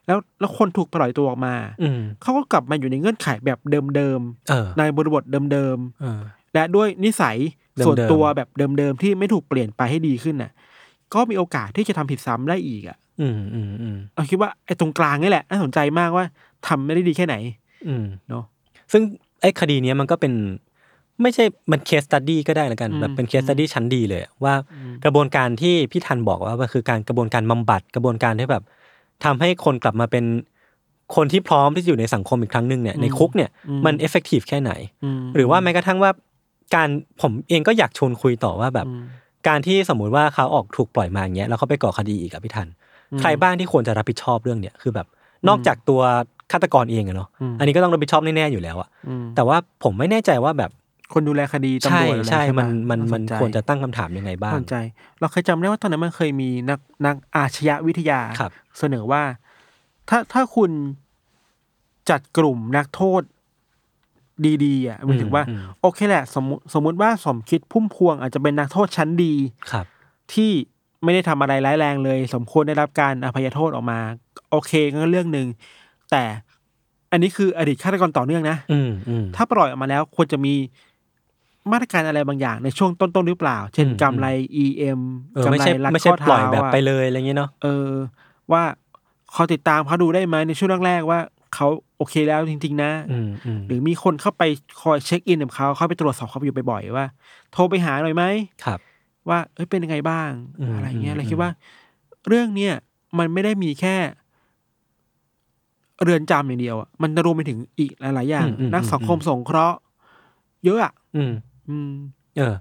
แล้วแล้วคนถูกปล่อยตัวออกมาเขาก็กลับมาอยู่ในเงื่อนไขแบบเดิมๆในบริบทเดิมๆและด้วยนิสัยส่วนตัวแบบเดิมๆที่ไม่ถูกเปลี่ยนไปให้ดีขึ้นน่ะก็มีโอกาสที่จะทำผิดซ้ำได้อีกอ่ะอืมอืมอืมเราคิดว่าไอ้ตรงกลางนี่แหละน่าสนใจมากว่าทำไม่ได้ดีแค่ไหนอืมเนาะซึ่งไอ้คดีนี้มันก็เป็นไม่ใช่มันเคสสตั๊ดดี้ก็ได้แล้วกันแบบเป็นเคสสตั๊ดดี้ชั้นดีเลยว่ากระบวนการที่พี่ทันบอกว่ามันคือการกระบวนการบำบัดกระบวนการที่แบบทำให้คนกลับมาเป็นคนที่พร้อมที่จะอยู่ในสังคมอีกครั้งนึงเนี่ยในคุกเนี่ยมันเอฟเฟกตีฟแค่ไหนหรือว่าแม้กระทั่งว่าการผมเองก็อยากชวนคุยต่อว่าแบบการที่สมมุติว่าเขาออกถูกปล่อยมาอย่างเงี้ยแล้วเขาไปก่อคดีอีกอ่ะพี่ทันใครบ้างที่ควรจะรับผิดชอบเรื่องเนี้ยคือแบบนอกจากตัวฆาตกรเองอะเนาะอันนี้ก็ต้องรับผิดชอบแน่ๆอยู่แล้วอะแต่ว่าผมไม่แน่ใจว่าแบบคนดูแลคดีตำรวจใช่ๆมันมันมันควรจะตั้งคำถามยังไงบ้างสนใจเราเคยจำได้ว่าตอนนั้นมันเคยมีนักนักอาชญาวิทยาเสนอว่าถ้าถ้าคุณจัดกลุ่มนักโทษดีๆอ่ะหมายถึงว่าโอเคแหละสมมุติสมมุติว่าสมคิดพุ่มพวงอาจจะเป็นนักโทษชั้นดีที่ไม่ได้ทำอะไรร้ายแรงเลยสมควรได้รับการอภัยโทษออกมาโอเคก็เรื่องนึงแต่อันนี้คืออดีตฆาตกรต่อเนื่องนะถ้าปล่อยออกมาแล้วควรจะมีมาตรการอะไรบางอย่างในช่วงต้นๆหรือเปล่าเช่นกำไร อี เอ็ม กำไรรัดข้อเท้าปล่อยแบบไปเลยอะไรเงี้ยเนาะเออว่าเขาติดตามเขาดูได้ไหมในช่วงแรกๆว่าเขาโอเคแล้วจริงๆนะหรือมีคนเข้าไปคอยเช็คอินกับเขาเข้าไปตรวจสอบเขาอยู่บ่อยๆว่าโทรไปหาหน่อยไหมว่าเอ้ยเป็นยังไงบ้างอะไรเงี้ยเราคิดว่าเรื่องเนี้ยมันไม่ได้มีแค่เรือนจำอย่างเดียวอ่ะมันรวมไปถึงอีกหลายๆอย่างนักสังคมสงเคราะห์เยอะอ่ะอืมอืมเออ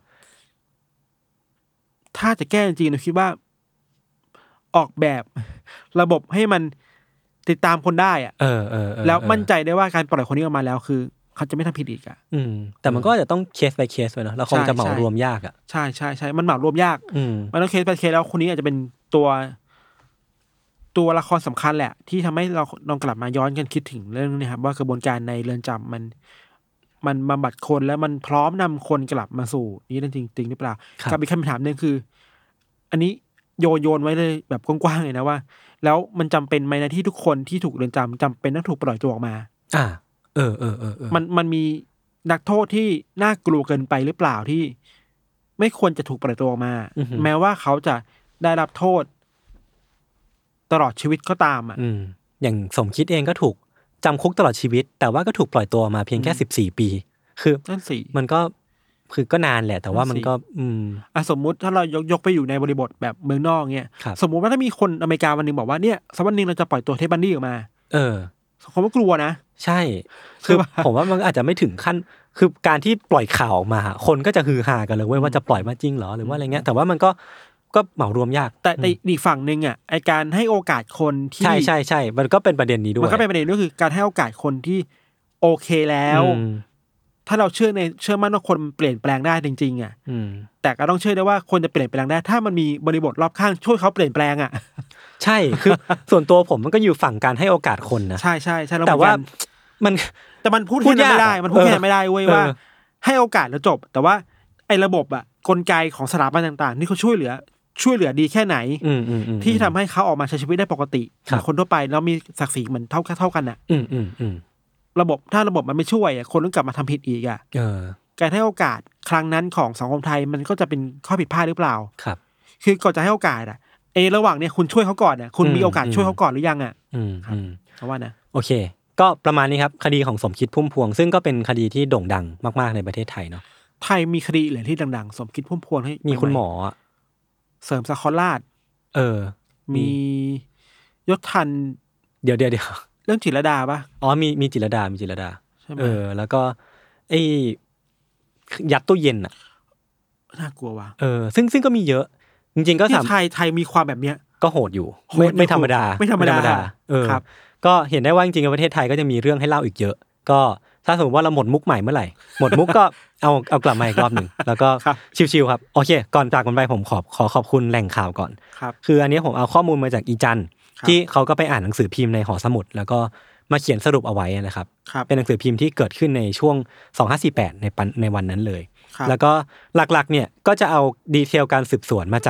ถ้าจะแก้จริงๆเราคิดว่าออกแบบระบบให้มันติดตามคนได้อ่ะเออเออแล้วมั่นใจได้ว่าการปล่อยคนนี้ออกมาแล้วคือเขาจะไม่ทำผิดอีกอ่ะอืมแต่มันก็จะต้องเคส by เคสไว้เนาะแล้วคงจะเหมารวมยากอ่ะใช่ใช่ใช่มันเหมารวมยากมันต้องเคส by เคสแล้วคนนี้อาจจะเป็นตัวตัวละครสำคัญแหละที่ทำให้เราลองกลับมาย้อนกันคิดถึงเรื่องนี้ครับว่ากระบวนการในเรือนจำมันมันบำบัดคนแล้วมันพร้อมนำคนกลับมาสู่นี้จริงจริงหรือเปล่ากับอีกคำถามนึงคืออันนี้โยนโยนไว้เลยแบบกว้างๆเลยนะว่าแล้วมันจำเป็นไหมนะที่ทุกคนที่ถูกเรือนจำจำเป็นต้องถูกปล่อยตัวออกมาอ่าเออเออเออมันมันมีนักโทษที่น่ากลัวเกินไปหรือเปล่าที่ไม่ควรจะถูกปล่อยตัวออกมาแม้ว่าเขาจะได้รับโทษตลอดชีวิตก็ตามอ่ะอย่างสมคิดเองก็ถูกจำคุกตลอดชีวิตแต่ว่าก็ถูกปล่อยตัวมาเพียงแค่สิบสี่ปีคือนั่นสิมันก็คือก็นานแหละแต่ว่ามันก็อืมอ่ะสมมุติถ้าเรายกยกไปอยู่ในบริบทแบบเมืองนอกเงี้ยสมมุติว่าถ้ามีคนอเมริกาวันนึงบอกว่าเนี่ยสักวันนึงเราจะปล่อยตัวเทปบันดี้ออกมาเออเขาก็กลัวนะใช่คือผมว่ามันอาจจะไม่ถึงขั้นคือการที่ปล่อยข่าวออกมาคนก็จะฮือฮากันเลยเว้ยว่าจะปล่อยมาจริงเหรอหรือว่าอะไรเงี้ยแต่ว่ามันก็ก็เหมารวมยากแต่ในอีกฝั่งนึงอ่ะไอการให้โอกาสคนที่ใช่ใช่ใช่มันก็เป็นประเด็นนี้ด้วยมันก็เป็นประเด็นก็คือการให้โอกาสคนที่โอเคแล้วถ้าเราเชื่อในเชื่อมั่นว่าคนเปลี่ยนแปลงได้จริงๆอ่ะแต่ก็ต้องเชื่อได้ว่าคนจะเปลี่ยนแปลงได้ถ้ามันมีบริบทรอบข้างช่วยเขาเปลี่ยนแปลงอ่ะใช่คือส่วนตัวผมมันก็อยู่ฝั่งการให้โอกาสคนนะใช่ใช่ใช่แต่ว่ามันแต่มันพูดแค่นั้นไม่ได้มันพูดแค่นั้นไม่ได้เว้ยว่าให้โอกาสแล้วจบแต่ว่าไอ้ระบบอ่ะกลไกของสถาบันต่างๆที่เขาช่วยเหลือช่วยเหลือดีแค่ไหนที่ทำให้เขาออกมาใช้ชีวิตได้ปกติเหมือนคนทั่วไปแล้วมีศักดิ์ศรีเหมือนเท่าเท่ากันอ่ะระบบถ้าระบบมันไม่ช่วยอ่ะคนต้องกลับมาทำผิดอีกอ่ะการให้โอกาสครั้งนั้นของสังคมไทยมันก็จะเป็นข้อผิดพลาดหรือเปล่าครับคือก่อนจะให้โอกาสอ่ะเอระหว่างเนี้ยคุณช่วยเขาก่อนอ่ะคุณมีโอกาสช่วยเขาก่อนหรือยังอ่ะครับเพราะว่านะโอเคก็ประมาณนี้ครับคดีของสมคิดพุ่มพวงซึ่งก็เป็นคดีที่โด่งดังมากๆในประเทศไทยเนาะไทยมีคดีอะไรที่ดังๆสมคิดพุ่มพวงให้มีคุณหมอเสริมสคราชเออมียศทันเดี๋ยวเดี๋ยวเดี๋ยวเรื่องจิรดาป่ะอ๋อมีมีจิรดามีจิรดาเออแล้วก็ไอ้ยัดตู้เย็นอ่ะน่ากลัวว่ะเออซึ่งซึ่งก็มีเยอะจริงๆก็ที่ไทยไทยมีความแบบเนี้ยก็โหดอยู่ไม่ไม่ธรรมดาไม่ธรรมดาเออครับก็เห็นได้ว่าจริงๆในประเทศไทยก็จะมีเรื่องให้เล่าอีกเยอะก็ถ้าสมมติว่าเราหมดมุกใหม่เมื่อไหร่หมดมุกก็เอาเอากลับมาอีกรอบหนึ่งแล้วก็ชิวๆครับโอเคก่อนจากกันไปผมขอขอขอบคุณแหล่งข่าวก่อนคืออันนี้ผมเอาข้อมูลมาจากอีจันที่เขาก็ไปอ่านหนังสือพิมพ์ในหอสมุดแล้วก็มาเขียนสรุปเอาไว้นะครับเป็นหนังสือพิมพ์ที่เกิดขึ้นในช่วงสองพันห้าร้อยสี่สิบแปดในในวันนั้นเลยแล้วก็หลักๆเนี่ยก็จะเอาดีเทลการสืบสวนมาจาก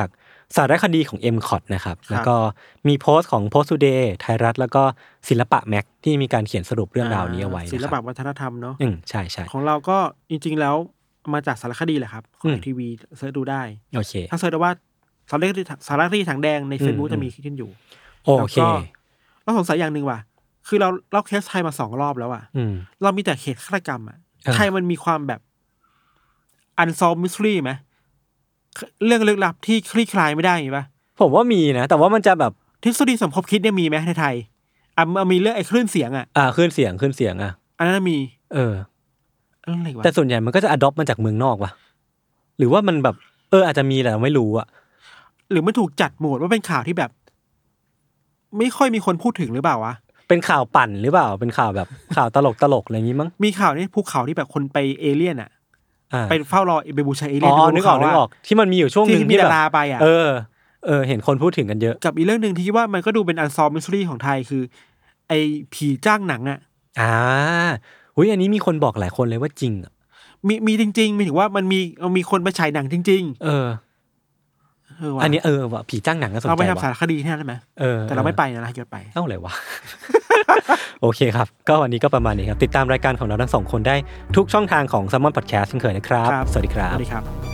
สารคดีของ เอ็ม คอท นะครับแล้วก็มีโพสต์ของ Post Today ไทยรัฐแล้วก็ศิลปะแม็กที่มีการเขียนสรุปเรื่องราวนี้เอาไว้ศิลปะวัฒนธรรมเนาะอืมใช่ๆของเราก็จริงๆแล้วมาจากสารคดีแหละครับของทีวีเสิร์ชดูได้โอเคถ้าเสิร์ชว่าสารคดีสารคดีถังแดงใน Facebook จะมีขึ้นอยู่โอเคเราสงสัยอย่างนึงว่ะคือเราเล่าเคสไทยมาสองรอบแล้วอ่ะเรามีแต่เคสฆาตกรรมอ่ะไทยมันมีความแบบ unsolved mystery มั้ยเรื่องลึกลับที่คลี่คลายไม่ได้มีป่ะผมว่ามีนะแต่ว่ามันจะแบบทฤษฎีสมคบคิดเนี่ยมีมั้ยในไทยอ่ะมีเรื่องไอ้คลื่นเสียงอ่ะอ่าคลื่นเสียงคลื่นเสียงอ่ะอันนั้นมีเอออะไรวะแต่ส่วนใหญ่มันก็จะ adopt มาจากเมืองนอกว่ะหรือว่ามันแบบเอออาจจะมีแหละเราไม่รู้อ่ะหรือมันถูกจัดโหมดว่าเป็นข่าวที่แบบไม่ค่อยมีคนพูดถึงหรือเปล่าวะเป็นข่าวปั่นหรือเปล่าเป็นข่าวแบบข่าวตลกตลกอะไรอย่างงี้มั้งมีข่าวนี่ภูเขาที่แบบคนไปเอเลี่ยนอ่ะไปเฝ้ารอไปบูชาเอเลี่ยนอ๋อนึกออกนึกออกที่มันมีอยู่ช่วงนึงที่แบบไปอ่ะเออเออเห็นคนพูดถึงกันเยอะกับอีกเรื่องนึงที่คิดว่ามันก็ดูเป็น unsolved mystery ของไทยคือไอ้ผีจ้างหนังอ่ะอ่าอุ๊ยอันนี้มีคนบอกหลายคนเลยว่าจริงอ่ะมีมีจริงๆหมายถึงว่ามันมีมีคนไปฉายหนังจริงๆเอออันนี้เออว่ะผีจ้างหนังก็สนใจว่ะเราไปทำสารคดีที่นั่นได้ไหมเออแต่เราไม่ไปนะเราเกิดไปเอ้าอะไรวะ โอเคครับก็วันนี้ก็ประมาณนี้ครับติดตามรายการของเราทั้งสองคนได้ทุกช่องทางของ Salmon Podcast เช่นเคยนะครับสวัสดีครับสวัสดีครับ